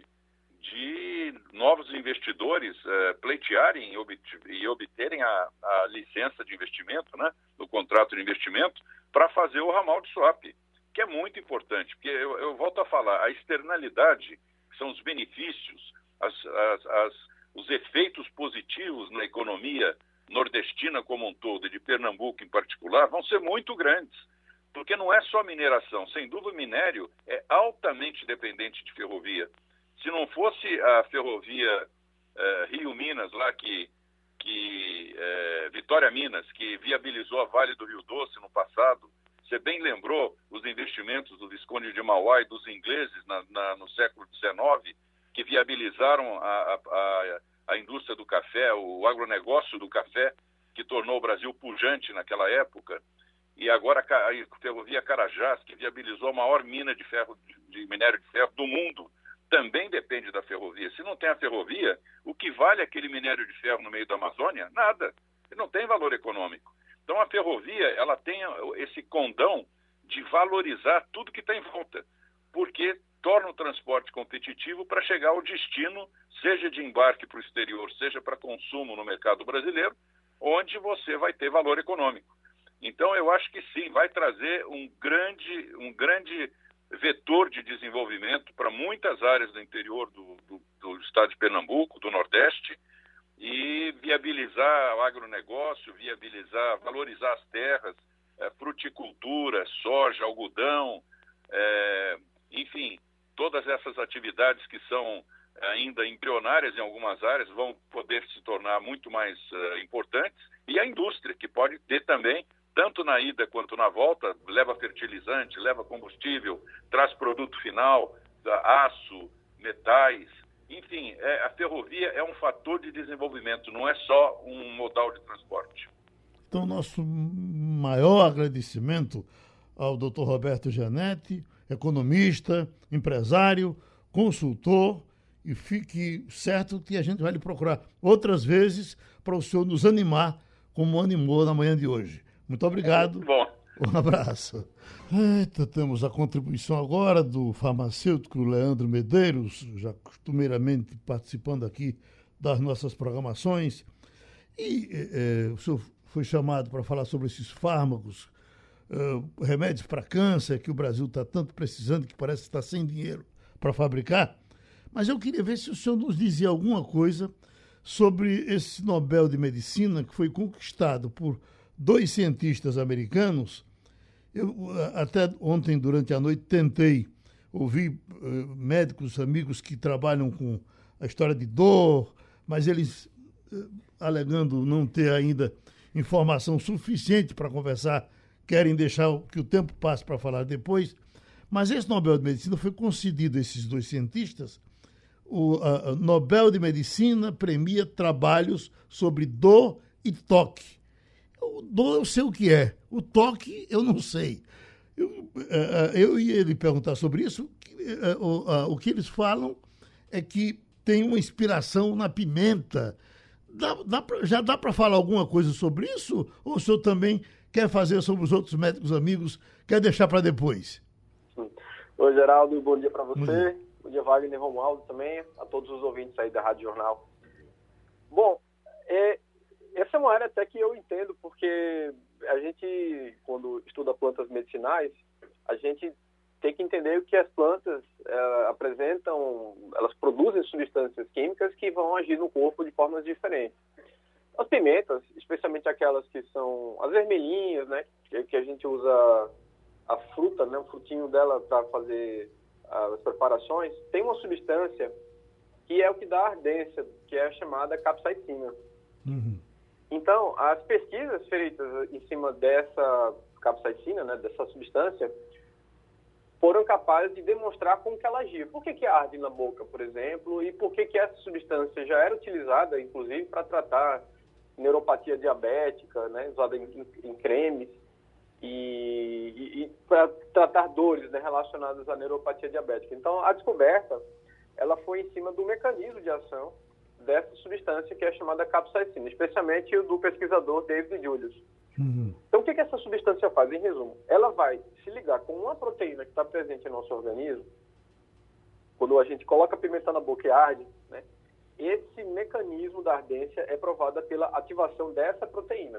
de novos investidores eh, pleitearem e, obter, e obterem a, a licença de investimento, né, do contrato de investimento, para fazer o ramal de Suape, que é muito importante, porque eu, eu volto a falar, a externalidade, que são os benefícios, as, as, as, os efeitos positivos na economia nordestina como um todo, e de Pernambuco em particular, vão ser muito grandes, porque não é só mineração, sem dúvida o minério é altamente dependente de ferrovia. Se não fosse a ferrovia eh, Rio-Minas, lá que, que eh, Vitória-Minas, que viabilizou a Vale do Rio Doce no passado, você bem lembrou os investimentos do Visconde de Mauá e dos ingleses na, na, no século dezenove, que viabilizaram a, a, a indústria do café, o agronegócio do café, que tornou o Brasil pujante naquela época. E agora a ferrovia Carajás, que viabilizou a maior mina de, ferro, de minério de ferro do mundo, também depende da ferrovia. Se não tem a ferrovia, o que vale aquele minério de ferro no meio da Amazônia? Nada. Ele não tem valor econômico. Então a ferrovia, ela tem esse condão de valorizar tudo que está em volta, porque torna o transporte competitivo para chegar ao destino, seja de embarque para o exterior, seja para consumo no mercado brasileiro, onde você vai ter valor econômico. Então eu acho que sim, vai trazer um grande, um grande vetor de desenvolvimento para muitas áreas do interior do, do, do estado de Pernambuco, do Nordeste, e viabilizar o agronegócio, viabilizar, valorizar as terras, é, fruticultura, soja, algodão, é, enfim, todas essas atividades que são ainda embrionárias em algumas áreas vão poder se tornar muito mais uh, importantes, e a indústria, que pode ter também, tanto na ida quanto na volta, leva fertilizante, leva combustível, traz produto final, aço, metais, enfim, é, a ferrovia é um fator de desenvolvimento, não é só um modal de transporte. Então, nosso maior agradecimento ao doutor Roberto Gianetti, economista, empresário, consultor, e fique certo que a gente vai lhe procurar outras vezes para o senhor nos animar como animou na manhã de hoje. Muito obrigado. É muito bom. Um abraço. Eita, temos a contribuição agora do farmacêutico Leandro Medeiros, já costumeiramente participando aqui das nossas programações. E é, o senhor foi chamado para falar sobre esses fármacos, uh, remédios para câncer, que o Brasil está tanto precisando, que parece estar sem dinheiro para fabricar. Mas eu queria ver se o senhor nos dizia alguma coisa sobre esse Nobel de Medicina que foi conquistado por dois cientistas americanos. Eu até ontem, durante a noite, tentei ouvir uh, médicos, amigos que trabalham com a história de dor, mas eles, uh, alegando não ter ainda informação suficiente para conversar querem deixar que o tempo passe para falar depois, mas esse Nobel de Medicina foi concedido a esses dois cientistas. O a, a Nobel de Medicina premia trabalhos sobre dor e toque. O dor eu sei o que é, o toque eu não sei. Eu, eu ia lhe perguntar sobre isso. O, o que eles falam é que tem uma inspiração na pimenta. Dá, dá pra, já dá para falar alguma coisa sobre isso? Ou o senhor também quer fazer sobre os outros médicos amigos, quer deixar para depois? Oi, Geraldo, bom dia para você. Bom dia. Bom dia, Wagner Romualdo também, a todos os ouvintes aí da Rádio Jornal. Bom, é, essa é uma área até que eu entendo, porque a gente, quando estuda plantas medicinais, a gente tem que entender que as plantas é, apresentam, elas produzem substâncias químicas que vão agir no corpo de formas diferentes. As pimentas, especialmente aquelas que são as vermelhinhas, né, que, que a gente usa a fruta, né, o frutinho dela para fazer as preparações, tem uma substância que é o que dá ardência, que é a chamada capsaicina. Uhum. Então, as pesquisas feitas em cima dessa capsaicina, né, dessa substância, foram capazes de demonstrar como que ela agia. Por que que arde na boca, por exemplo, e por que que essa substância já era utilizada, inclusive, para tratar neuropatia diabética, né, usada em, em, em cremes, e, e, e para tratar dores, né, relacionadas à neuropatia diabética. Então, a descoberta, ela foi em cima do mecanismo de ação dessa substância que é chamada capsaicina, especialmente o do pesquisador David Julius. Uhum. Então, o que que essa substância faz? Em resumo, ela vai se ligar com uma proteína que está presente em nosso organismo. Quando a gente coloca a pimenta na boca e arde, né, esse mecanismo da ardência é provado pela ativação dessa proteína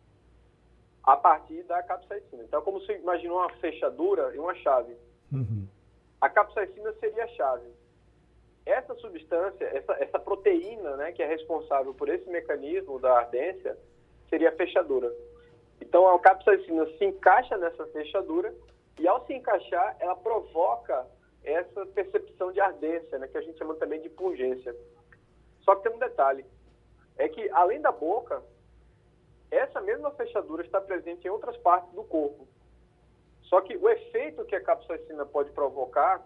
a partir da capsaicina. Então, como você imagina uma fechadura e uma chave. Uhum. A capsaicina seria a chave. Essa substância, essa, essa proteína, né, que é responsável por esse mecanismo da ardência, seria a fechadura. Então, a capsaicina se encaixa nessa fechadura e, ao se encaixar, ela provoca essa percepção de ardência, né, que a gente chama também de pungência. Só que tem um detalhe, é que, além da boca, essa mesma fechadura está presente em outras partes do corpo. Só que o efeito que a capsaicina pode provocar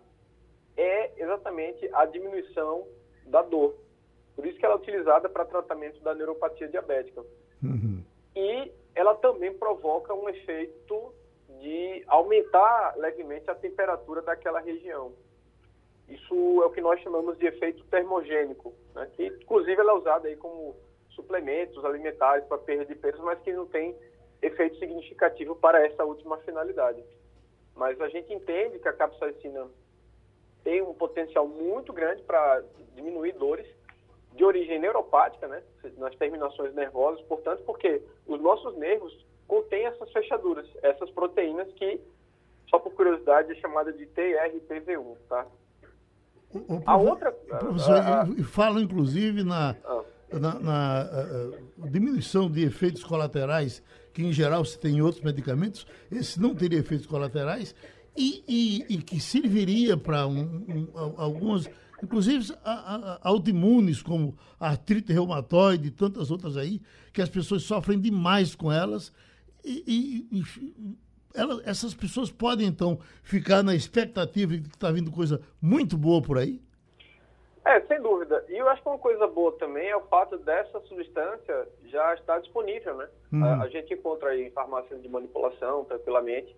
é exatamente a diminuição da dor. Por isso que ela é utilizada para tratamento da neuropatia diabética. Uhum. E ela também provoca um efeito de aumentar levemente a temperatura daquela região. Isso é o que nós chamamos de efeito termogênico, né? Que inclusive ela é usada aí como suplementos alimentares para perda de peso, mas que não tem efeito significativo para essa última finalidade. Mas a gente entende que a capsaicina tem um potencial muito grande para diminuir dores de origem neuropática, né, nas terminações nervosas, portanto, porque os nossos nervos contêm essas fechaduras, essas proteínas que, só por curiosidade, é chamada de T R P V um, tá? O, o a outra... Professor, a, a, falam, inclusive, na, ah, na, na a, a diminuição de efeitos colaterais, que, em geral, se tem em outros medicamentos, esse não teria efeitos colaterais, e, e, e que serviria para um, um, algumas, inclusive a, a, autoimunes, como artrite reumatoide e tantas outras aí, que as pessoas sofrem demais com elas, e, e, e ela, essas pessoas podem, então, ficar na expectativa de que está vindo coisa muito boa por aí? É, sem dúvida. E eu acho que uma coisa boa também é o fato dessa substância já estar disponível, né? Uhum. A, a gente encontra aí em farmácias de manipulação, tranquilamente,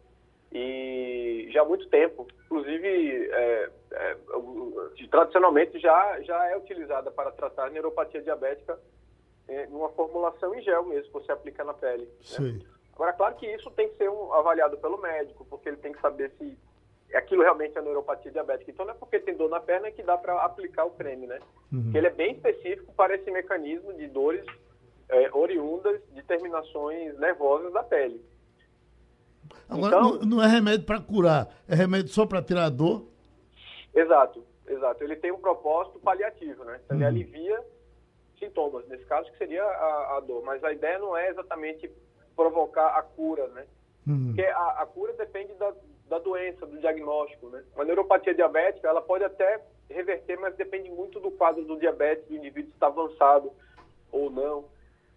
e já há muito tempo. Inclusive, é, é, tradicionalmente já, já é utilizada para tratar neuropatia diabética em uma formulação em gel mesmo, que você aplica na pele. Né? Agora, claro que isso tem que ser um, avaliado pelo médico, porque ele tem que saber se aquilo realmente é neuropatia diabética. Então, não é porque tem dor na perna que dá para aplicar o creme, né? Uhum. Porque ele é bem específico para esse mecanismo de dores é, oriundas de terminações nervosas da pele. Agora, então, não, não é remédio para curar, é remédio só para tirar a dor? Exato, exato. Ele tem um propósito paliativo, né? Então, uhum. ele alivia sintomas, nesse caso, que seria a, a dor. Mas a ideia não é exatamente provocar a cura, né? Uhum. Porque a, a cura depende da, da doença, do diagnóstico, né? Uma neuropatia diabética, ela pode até reverter, mas depende muito do quadro do diabetes, do indivíduo se está avançado ou não.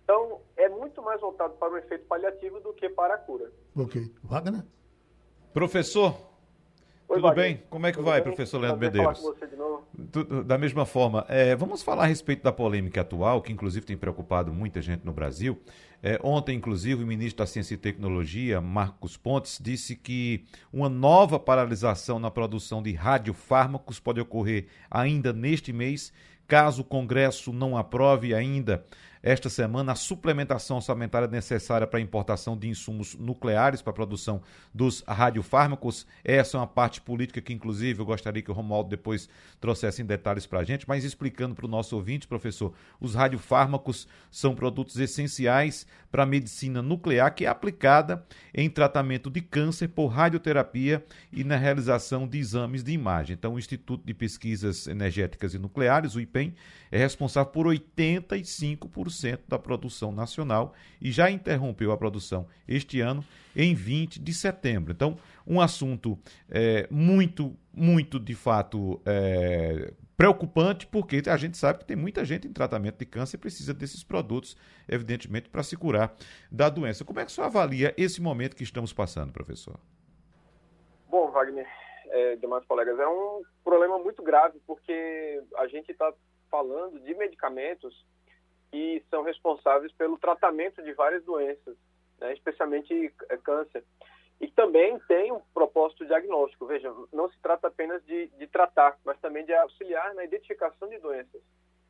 Então, é muito mais voltado para o efeito paliativo do que para a cura. Ok. Wagner? Professor, Oi, tudo Wagner. bem? Como é que Tudo vai, bem? professor Leandro Prazer Medeiros? falar com você de novo. Tudo- Da mesma forma, é, vamos falar a respeito da polêmica atual, que inclusive tem preocupado muita gente no Brasil. É, ontem, inclusive, o ministro da Ciência e Tecnologia, Marcos Pontes, disse que uma nova paralisação na produção de radiofármacos pode ocorrer ainda neste mês, caso o Congresso não aprove ainda esta semana a suplementação orçamentária necessária para a importação de insumos nucleares para a produção dos radiofármacos. Essa é uma parte política que, inclusive, eu gostaria que o Romualdo depois trouxesse em detalhes para a gente, mas explicando para o nosso ouvinte, professor, os radiofármacos são produtos essenciais para a medicina nuclear, que é aplicada em tratamento de câncer por radioterapia e na realização de exames de imagem. Então, o Instituto de Pesquisas Energéticas e Nucleares, o I P E N, é responsável por oitenta e cinco por cento da produção nacional e já interrompeu a produção este ano em vinte de setembro. Então, um assunto é, muito, muito, de fato, é, preocupante, porque a gente sabe que tem muita gente em tratamento de câncer e precisa desses produtos, evidentemente, para se curar da doença. Como é que o senhor avalia esse momento que estamos passando, professor? Bom, Wagner, é, demais colegas, é um problema muito grave, porque a gente está falando de medicamentos que são responsáveis pelo tratamento de várias doenças, né, especialmente é, câncer. E também tem um propósito diagnóstico. Veja, não se trata apenas de, de tratar, mas também de auxiliar na identificação de doenças.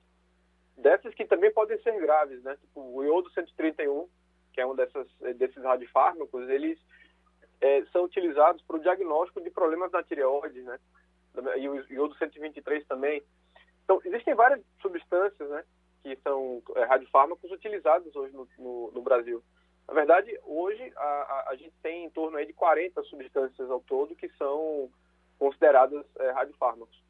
Dessas que também podem ser graves, né? Tipo, o iodo cento e trinta e um, que é um dessas, desses radiofármacos, eles é, são utilizados para o diagnóstico de problemas na tireoide, né? E o iodo cento e vinte e três também. Então, existem várias substâncias, né, que são é, radiofármacos utilizados hoje no, no, no Brasil. Na verdade, hoje a, a, a gente tem em torno aí de quarenta substâncias ao todo que são consideradas é, radiofármacos.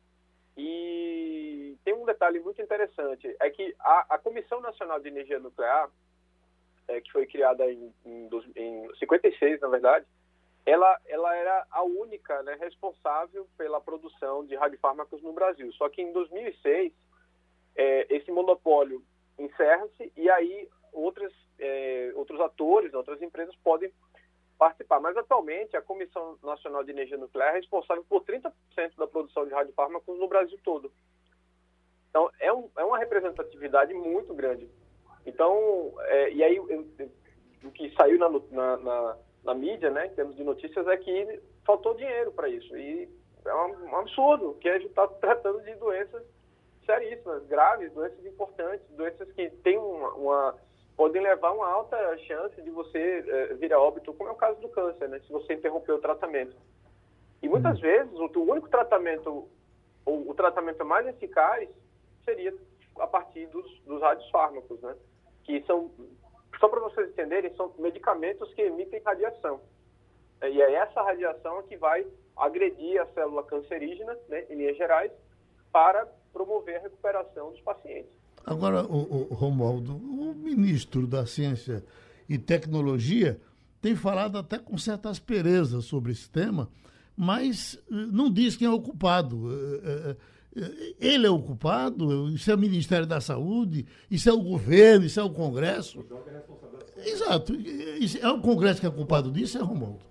E tem um detalhe muito interessante, é que a, a Comissão Nacional de Energia Nuclear, é, que foi criada em, em, em cinquenta e seis, na verdade, ela, ela era a única, né, responsável pela produção de radiofármacos no Brasil. Só que em dois mil e seis, é, esse monopólio encerra-se e aí outras, é, outros atores, outras empresas podem participar. Mas atualmente a Comissão Nacional de Energia Nuclear é responsável por trinta por cento da produção de radiofármacos no Brasil todo. Então é, um, é uma representatividade muito grande. Então, é, e aí eu, eu, o que saiu na, na, na, na mídia, né, em termos de notícias, é que faltou dinheiro para isso. E é um, um absurdo, que a gente está tratando de doenças seríssimas, graves, doenças importantes, doenças que têm uma, uma, podem levar a uma alta chance de você é, vir a óbito, como é o caso do câncer, né, se você interromper o tratamento. E muitas hum. vezes o, o único tratamento, ou o tratamento mais eficaz seria a partir dos, dos radiofármacos, né, que são, só para vocês entenderem, são medicamentos que emitem radiação. E é essa radiação que vai agredir a célula cancerígena, né, em linhas gerais, para promover a recuperação dos pacientes. Agora, o, o Romualdo, o ministro da Ciência e Tecnologia tem falado até com certa aspereza sobre esse tema, mas não diz quem é o culpado. Ele é o culpado? Isso é o Ministério da Saúde? Isso é o governo? Isso é o Congresso? Exato. É o Congresso que é culpado disso, é, Romualdo?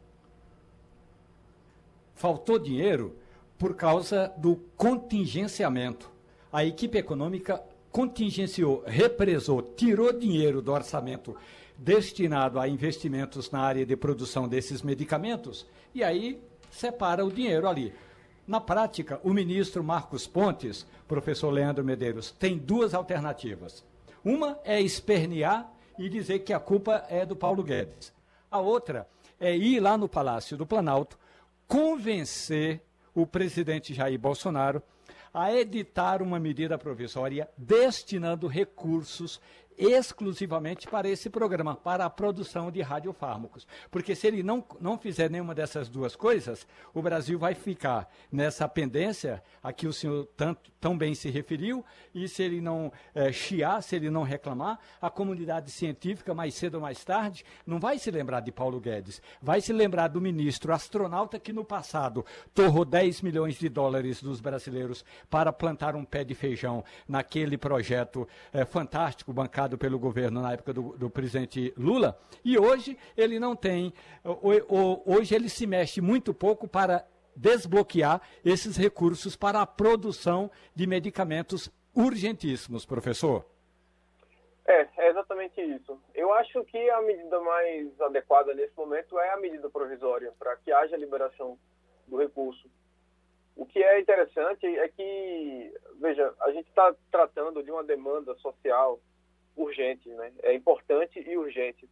Faltou dinheiro por causa do contingenciamento. A equipe econômica contingenciou, represou, tirou dinheiro do orçamento destinado a investimentos na área de produção desses medicamentos e aí separa o dinheiro ali. Na prática, o ministro Marcos Pontes, professor Leandro Medeiros, tem duas alternativas. Uma é espernear e dizer que a culpa é do Paulo Guedes. A outra é ir lá no Palácio do Planalto, convencer o presidente Jair Bolsonaro a editar uma medida provisória destinando recursos exclusivamente para esse programa, para a produção de radiofármacos. Porque se ele não, não fizer nenhuma dessas duas coisas, o Brasil vai ficar nessa pendência a que o senhor tanto, tão bem se referiu, e se ele não é, chiar, se ele não reclamar, a comunidade científica, mais cedo ou mais tarde, não vai se lembrar de Paulo Guedes, vai se lembrar do ministro astronauta que no passado torrou dez milhões de dólares dos brasileiros para plantar um pé de feijão naquele projeto é, fantástico, bancado colocado pelo governo na época do, do presidente Lula, e hoje ele não tem, hoje ele se mexe muito pouco para desbloquear esses recursos para a produção de medicamentos urgentíssimos, professor. É, é exatamente isso. Eu acho que a medida mais adequada nesse momento é a medida provisória, para que haja liberação do recurso. O que é interessante é que, veja, a gente está tratando de uma demanda social urgente, né? É importante e urgente.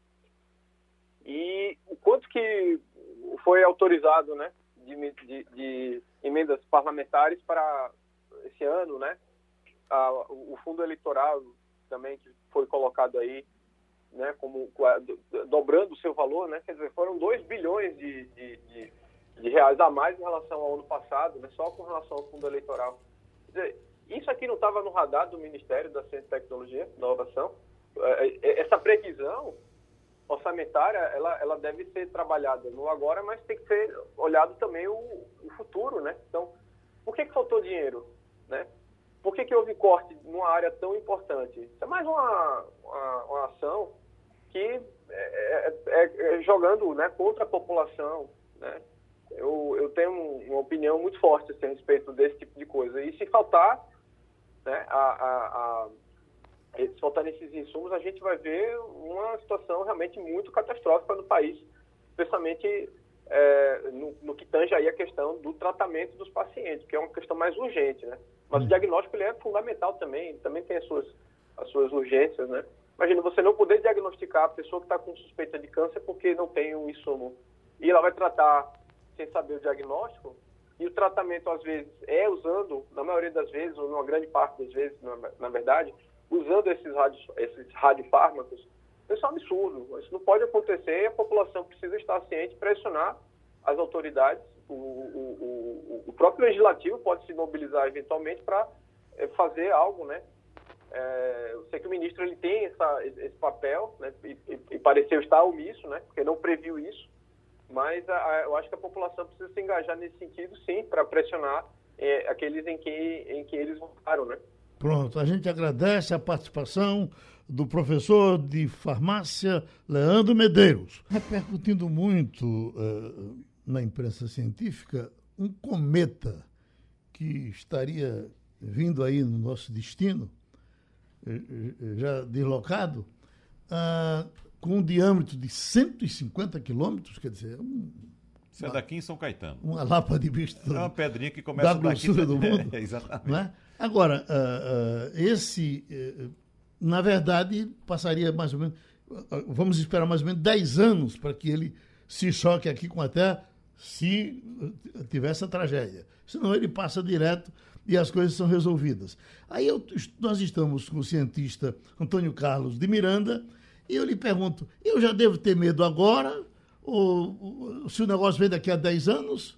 E o quanto que foi autorizado, né, de, de, de emendas parlamentares para esse ano, né? A, o fundo eleitoral também que foi colocado aí, né, como dobrando o seu valor, né? Quer dizer, foram dois bilhões de, de, de, de reais a mais em relação ao ano passado, né? Só com relação ao fundo eleitoral. Quer dizer, isso aqui não estava no radar do Ministério da Ciência e Tecnologia, Inovação. Essa previsão orçamentária, ela, ela deve ser trabalhada no agora, mas tem que ser olhado também o, o futuro, né? Então, por que que faltou dinheiro, né? Por que que houve corte numa área tão importante? Isso é mais uma, uma, uma ação que é, é, é, é jogando, né, contra a população, né? Eu, eu tenho uma opinião muito forte assim, a respeito desse tipo de coisa. E se faltar, né, a, a, a, se faltar esses insumos, a gente vai ver uma situação realmente muito catastrófica no país, especialmente é, no, no que tange aí a questão do tratamento dos pacientes, que é uma questão mais urgente, né? Mas o diagnóstico ele é fundamental também, também tem as suas, as suas urgências, né? Imagina, você não poder diagnosticar a pessoa que está com suspeita de câncer porque não tem um insumo. E ela vai tratar sem saber o diagnóstico, e o tratamento, às vezes, é usando, na maioria das vezes, ou numa grande parte das vezes, na, na verdade, usando esses, radio, esses radiofármacos. Isso é um absurdo. Isso não pode acontecer, a população precisa estar ciente, pressionar as autoridades. O, o, o, o próprio legislativo pode se mobilizar eventualmente para é, fazer algo, né? É, eu sei que o ministro ele tem essa, esse papel, né? E, e, e pareceu estar omisso, né? Porque não previu isso, mas a, a, eu acho que a população precisa se engajar nesse sentido, sim, para pressionar é, aqueles em que, em que eles votaram, né? Pronto, a gente agradece a participação do professor de farmácia Leandro Medeiros. Repercutindo muito uh, na imprensa científica, um cometa que estaria vindo aí no nosso destino, já deslocado, uh, com um diâmetro de cento e cinquenta quilômetros, quer dizer... Um, Isso é daqui em São Caetano. Uma lapa de bicho. É uma pedrinha que começa da grossura daqui. do mundo. É, exatamente. Não é? Agora, uh, uh, esse, uh, na verdade, passaria mais ou menos... Uh, vamos esperar mais ou menos dez anos para que ele se choque aqui com a Terra, se uh, tiver essa tragédia. Senão ele passa direto e as coisas são resolvidas. Aí eu, nós estamos com o cientista Antônio Carlos de Miranda e eu lhe pergunto, eu já devo ter medo agora? Ou, ou se o negócio vem daqui a dez anos?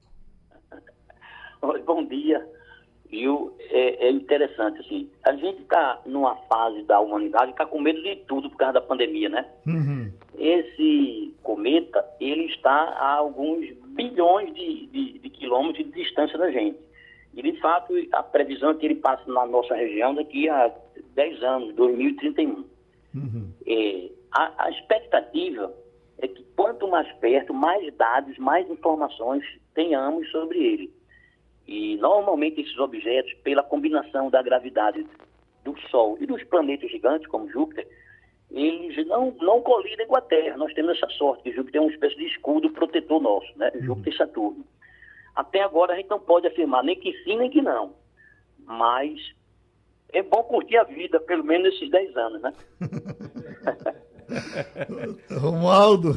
Bom dia. Viu? É, é interessante, assim, a gente está numa fase da humanidade que está com medo de tudo por causa da pandemia, né? Uhum. Esse cometa, ele está a alguns bilhões de, de, de quilômetros de distância da gente. E, de fato, a previsão é que ele passe na nossa região daqui a dez anos, dois mil e trinta e um. Uhum. É, a, a expectativa é que quanto mais perto, mais dados, mais informações tenhamos sobre ele. E, normalmente, esses objetos, pela combinação da gravidade do Sol e dos planetas gigantes, como Júpiter, eles não, não colidem com a Terra. Nós temos essa sorte, que Júpiter é uma espécie de escudo protetor nosso, né? Uhum. Júpiter e Saturno. Até agora, a gente não pode afirmar nem que sim, nem que não. Mas é bom curtir a vida, pelo menos esses dez anos, né? Romualdo.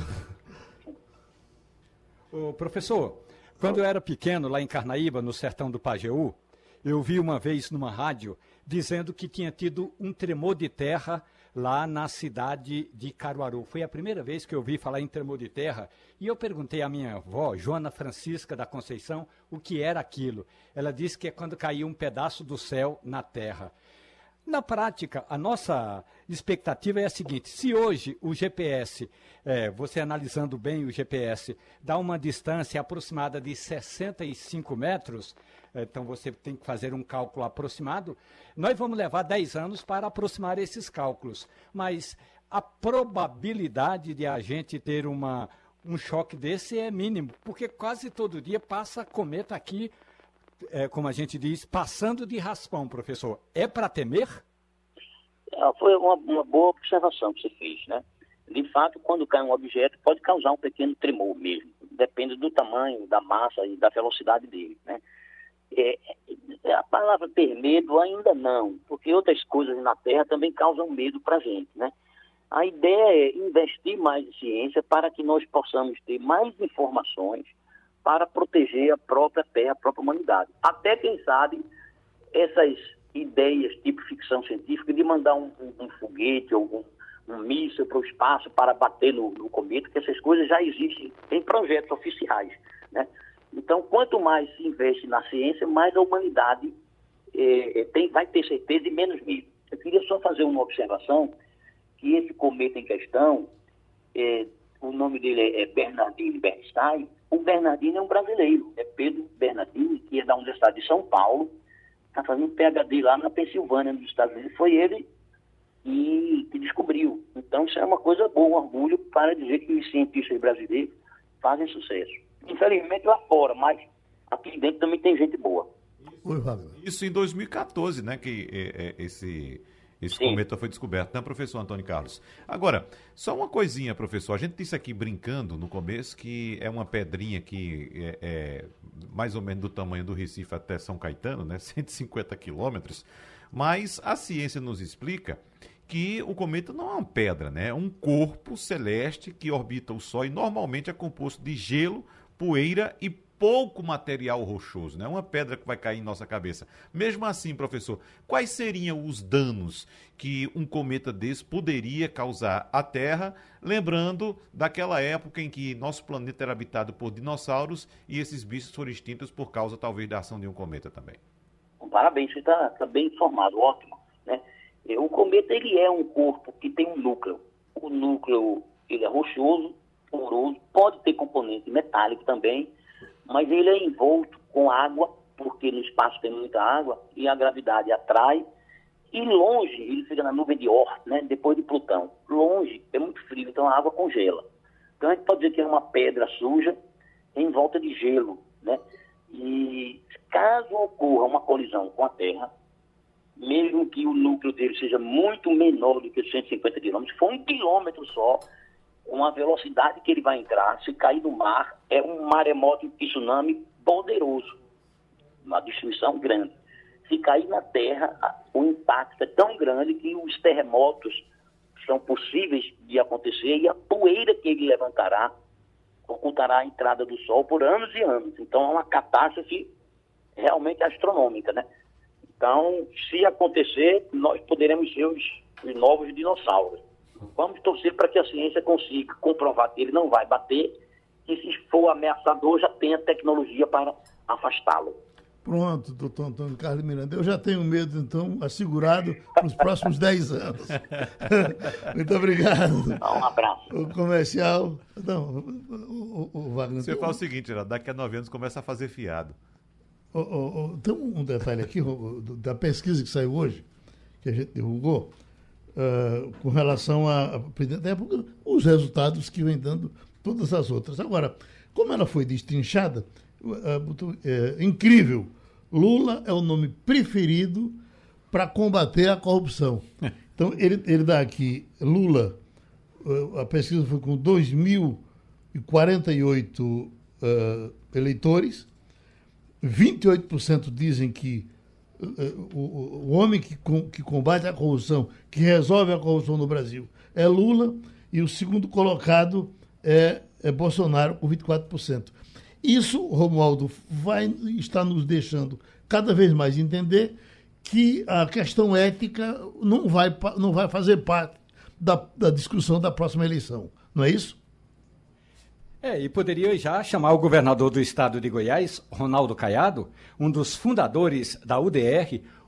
Ô, professor, quando eu era pequeno, lá em Carnaíba, no sertão do Pajeú, eu vi uma vez numa rádio dizendo que tinha tido um tremor de terra lá na cidade de Caruaru. Foi a primeira vez que eu ouvi falar em tremor de terra e eu perguntei à minha avó, Joana Francisca da Conceição, o que era aquilo. Ela disse que é quando caiu um pedaço do céu na terra. Na prática, a nossa expectativa é a seguinte: se hoje o G P S, é, você analisando bem o G P S, dá uma distância aproximada de sessenta e cinco metros, então você tem que fazer um cálculo aproximado, nós vamos levar dez anos para aproximar esses cálculos. Mas a probabilidade de a gente ter uma, um choque desse é mínimo, porque quase todo dia passa cometa aqui, É, como a gente diz, passando de raspão, professor. É para temer? É, foi uma, uma boa observação que você fez, né? De fato, quando cai um objeto, pode causar um pequeno tremor mesmo. Depende do tamanho, da massa e da velocidade dele, né? É, a palavra ter medo ainda não, porque outras coisas na Terra também causam medo para a gente, né? A ideia é investir mais em ciência para que nós possamos ter mais informações para proteger a própria Terra, a própria humanidade. Até, quem sabe, essas ideias tipo ficção científica de mandar um, um, um foguete ou um, um míssil para o espaço para bater no, no cometa, que essas coisas já existem em projetos oficiais, né? Então, quanto mais se investe na ciência, mais a humanidade eh, tem, vai ter certeza e menos medo. Eu queria só fazer uma observação, que esse cometa em questão, eh, o nome dele é Bernardino Bernstein. O Bernardino é um brasileiro, é Pedro Bernardini, que é da Universidade de São Paulo, está fazendo P H D lá na Pensilvânia, nos Estados Unidos. Foi ele que, que descobriu. Então, isso é uma coisa boa, um orgulho para dizer que os cientistas brasileiros fazem sucesso. Infelizmente lá fora, mas aqui dentro também tem gente boa. Isso em dois mil e quatorze, né, que é, é, esse... Esse Sim. cometa foi descoberto, né, professor Antônio Carlos? Agora, só uma coisinha, professor. A gente disse aqui brincando no começo que é uma pedrinha que é, é mais ou menos do tamanho do Recife até São Caetano, né? cento e cinquenta quilômetros. Mas a ciência nos explica que o cometa não é uma pedra, né? É um corpo celeste que orbita o Sol e normalmente é composto de gelo, poeira e pouco material rochoso, né? Uma pedra que vai cair em nossa cabeça. Mesmo assim, professor, quais seriam os danos que um cometa desse poderia causar à Terra, lembrando daquela época em que nosso planeta era habitado por dinossauros e esses bichos foram extintos por causa, talvez, da ação de um cometa também? Parabéns, você está tá bem informado, ótimo, né? O cometa, ele é um corpo que tem um núcleo. O núcleo, ele é rochoso, poroso, pode ter componente metálico também, mas ele é envolto com água, porque no espaço tem muita água, e a gravidade atrai. E longe, ele fica na nuvem de Oort, né, depois de Plutão. Longe, é muito frio, então a água congela. Então a gente pode dizer que é uma pedra suja em volta de gelo, né? E caso ocorra uma colisão com a Terra, mesmo que o núcleo dele seja muito menor do que cento e cinquenta quilômetros, for um quilômetro só, com a velocidade que ele vai entrar, se cair no mar, é um maremoto e tsunami poderoso, uma destruição grande. Se cair na Terra, o impacto é tão grande que os terremotos são possíveis de acontecer e a poeira que ele levantará ocultará a entrada do Sol por anos e anos. Então é uma catástrofe realmente astronômica, né? Então, se acontecer, nós poderemos ser os, os novos dinossauros. Vamos torcer para que a ciência consiga comprovar que ele não vai bater e, se for ameaçador, já tenha tecnologia para afastá-lo. Pronto, doutor Antônio Carlos Miranda. Eu já tenho medo, então, assegurado para os próximos dez anos. Muito obrigado. Um abraço. O comercial... Não, o, o, o Wagner... Você fala o seguinte, Geraldo, daqui a nove anos começa a fazer fiado. O, o, o, tem um detalhe aqui, o, da pesquisa que saiu hoje, que a gente divulgou, Uh, com relação a, a presidente da época, os resultados que vem dando todas as outras. Agora, como ela foi destrinchada, uh, uh, é incrível, Lula é o nome preferido para combater a corrupção. Então, ele, ele dá aqui, Lula, uh, a pesquisa foi com dois mil e quarenta e oito uh, eleitores, vinte e oito por cento dizem que O, o, o homem que, com, que combate a corrupção, que resolve a corrupção no Brasil, é Lula, e o segundo colocado é, é Bolsonaro, com vinte e quatro por cento. Isso, Romualdo, vai estar nos deixando cada vez mais entender que a questão ética não vai, não vai fazer parte da, da discussão da próxima eleição. Não é isso? É, e poderia já chamar o governador do estado de Goiás, Ronaldo Caiado, um dos fundadores da U D R,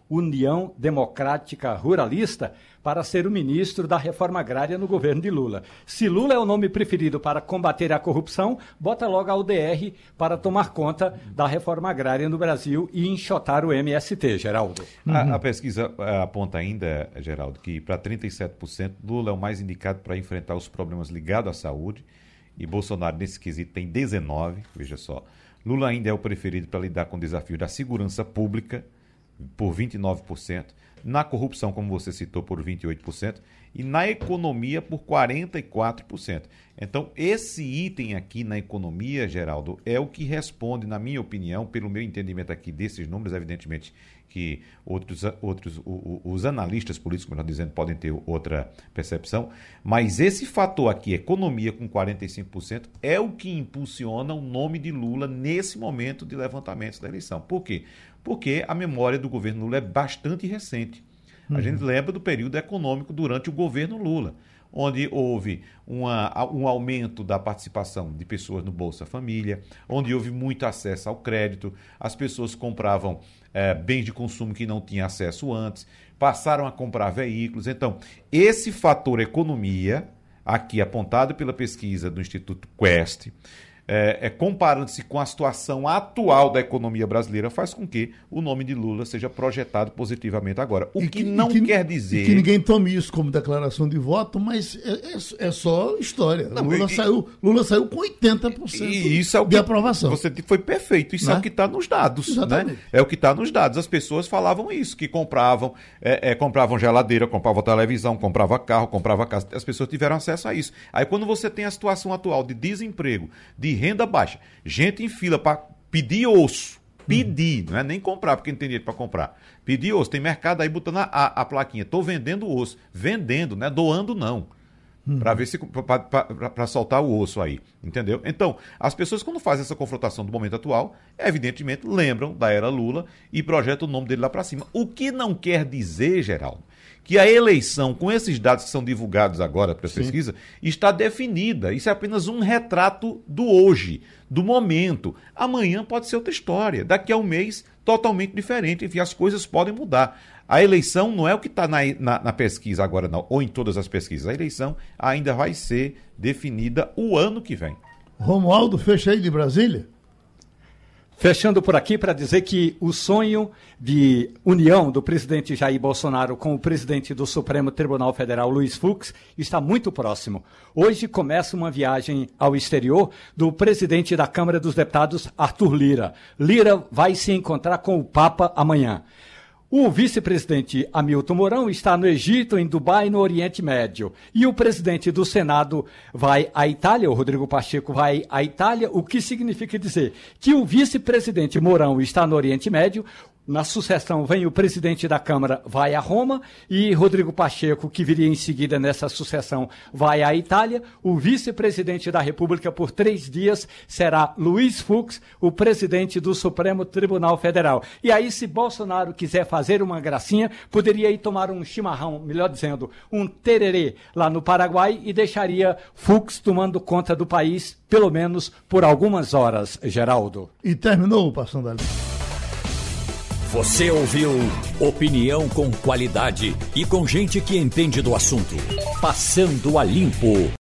União Democrática Ruralista, para ser o ministro da Reforma Agrária no governo de Lula. Se Lula é o nome preferido para combater a corrupção, bota logo a U D R para tomar conta da reforma agrária no Brasil e enxotar o M S T, Geraldo. Uhum. A, a pesquisa aponta ainda, Geraldo, que para trinta e sete por cento Lula é o mais indicado para enfrentar os problemas ligados à saúde e Bolsonaro nesse quesito tem dezenove por cento, veja só. Lula ainda é o preferido para lidar com o desafio da segurança pública, por vinte e nove por cento, na corrupção, como você citou, por vinte e oito por cento, e na economia por quarenta e quatro por cento. Então, esse item aqui na economia, Geraldo, é o que responde, na minha opinião, pelo meu entendimento aqui desses números, evidentemente que outros, outros o, o, os analistas políticos, como eu estou dizendo, podem ter outra percepção, mas esse fator aqui, economia com quarenta e cinco por cento, é o que impulsiona o nome de Lula nesse momento de levantamento da eleição. Por quê? Porque a memória do governo Lula é bastante recente. A uhum. gente lembra do período econômico durante o governo Lula, onde houve uma, um aumento da participação de pessoas no Bolsa Família, onde houve muito acesso ao crédito, as pessoas compravam é, bens de consumo que não tinham acesso antes, passaram a comprar veículos. Então, esse fator economia, aqui apontado pela pesquisa do Instituto Quest, É, é, comparando-se com a situação atual da economia brasileira, faz com que o nome de Lula seja projetado positivamente agora. O que, que não que, quer dizer... E que ninguém tome isso como declaração de voto, mas é, é, é só história. Não, Lula, e, saiu, Lula saiu com oitenta por cento e isso é o de que, aprovação. Você foi perfeito. Isso, né? É o que está nos dados. Exatamente. Né? É o que está nos dados. As pessoas falavam isso, que compravam, é, é, compravam geladeira, compravam televisão, compravam carro, compravam casa. As pessoas tiveram acesso a isso. Aí quando você tem a situação atual de desemprego, de renda baixa, gente em fila para pedir osso, pedir, não é nem comprar, porque não tem dinheiro para comprar, pedir osso, tem mercado aí botando a, a, a plaquinha, tô vendendo osso, vendendo, não é doando não, hum. para ver se para soltar o osso aí, entendeu? Então, as pessoas quando fazem essa confrontação do momento atual, evidentemente lembram da era Lula e projetam o nome dele lá para cima, o que não quer dizer, Geraldo, que a eleição, com esses dados que são divulgados agora para a pesquisa, está definida. Isso é apenas um retrato do hoje, do momento. Amanhã pode ser outra história. Daqui a um mês, totalmente diferente. Enfim, as coisas podem mudar. A eleição não é o que está na, na, na pesquisa agora, não, ou em todas as pesquisas. A eleição ainda vai ser definida o ano que vem. Romualdo, fecha aí de Brasília. Fechando por aqui para dizer que o sonho de união do presidente Jair Bolsonaro com o presidente do Supremo Tribunal Federal, Luiz Fux, está muito próximo. Hoje começa uma viagem ao exterior do presidente da Câmara dos Deputados, Arthur Lira. Lira vai se encontrar com o Papa amanhã. O vice-presidente Hamilton Mourão está no Egito, em Dubai, no Oriente Médio. E o presidente do Senado vai à Itália, o Rodrigo Pacheco vai à Itália, o que significa dizer que o vice-presidente Mourão está no Oriente Médio. Na sucessão vem o presidente da Câmara, vai a Roma, e Rodrigo Pacheco, que viria em seguida nessa sucessão, vai à Itália. O vice-presidente da República por três dias será Luiz Fux, o presidente do Supremo Tribunal Federal. E aí, se Bolsonaro quiser fazer uma gracinha, poderia ir tomar um chimarrão, melhor dizendo, um tererê lá no Paraguai e deixaria Fux tomando conta do país, pelo menos por algumas horas, Geraldo. E terminou o Passando a Limpo. Você ouviu opinião com qualidade e com gente que entende do assunto. Passando a Limpo.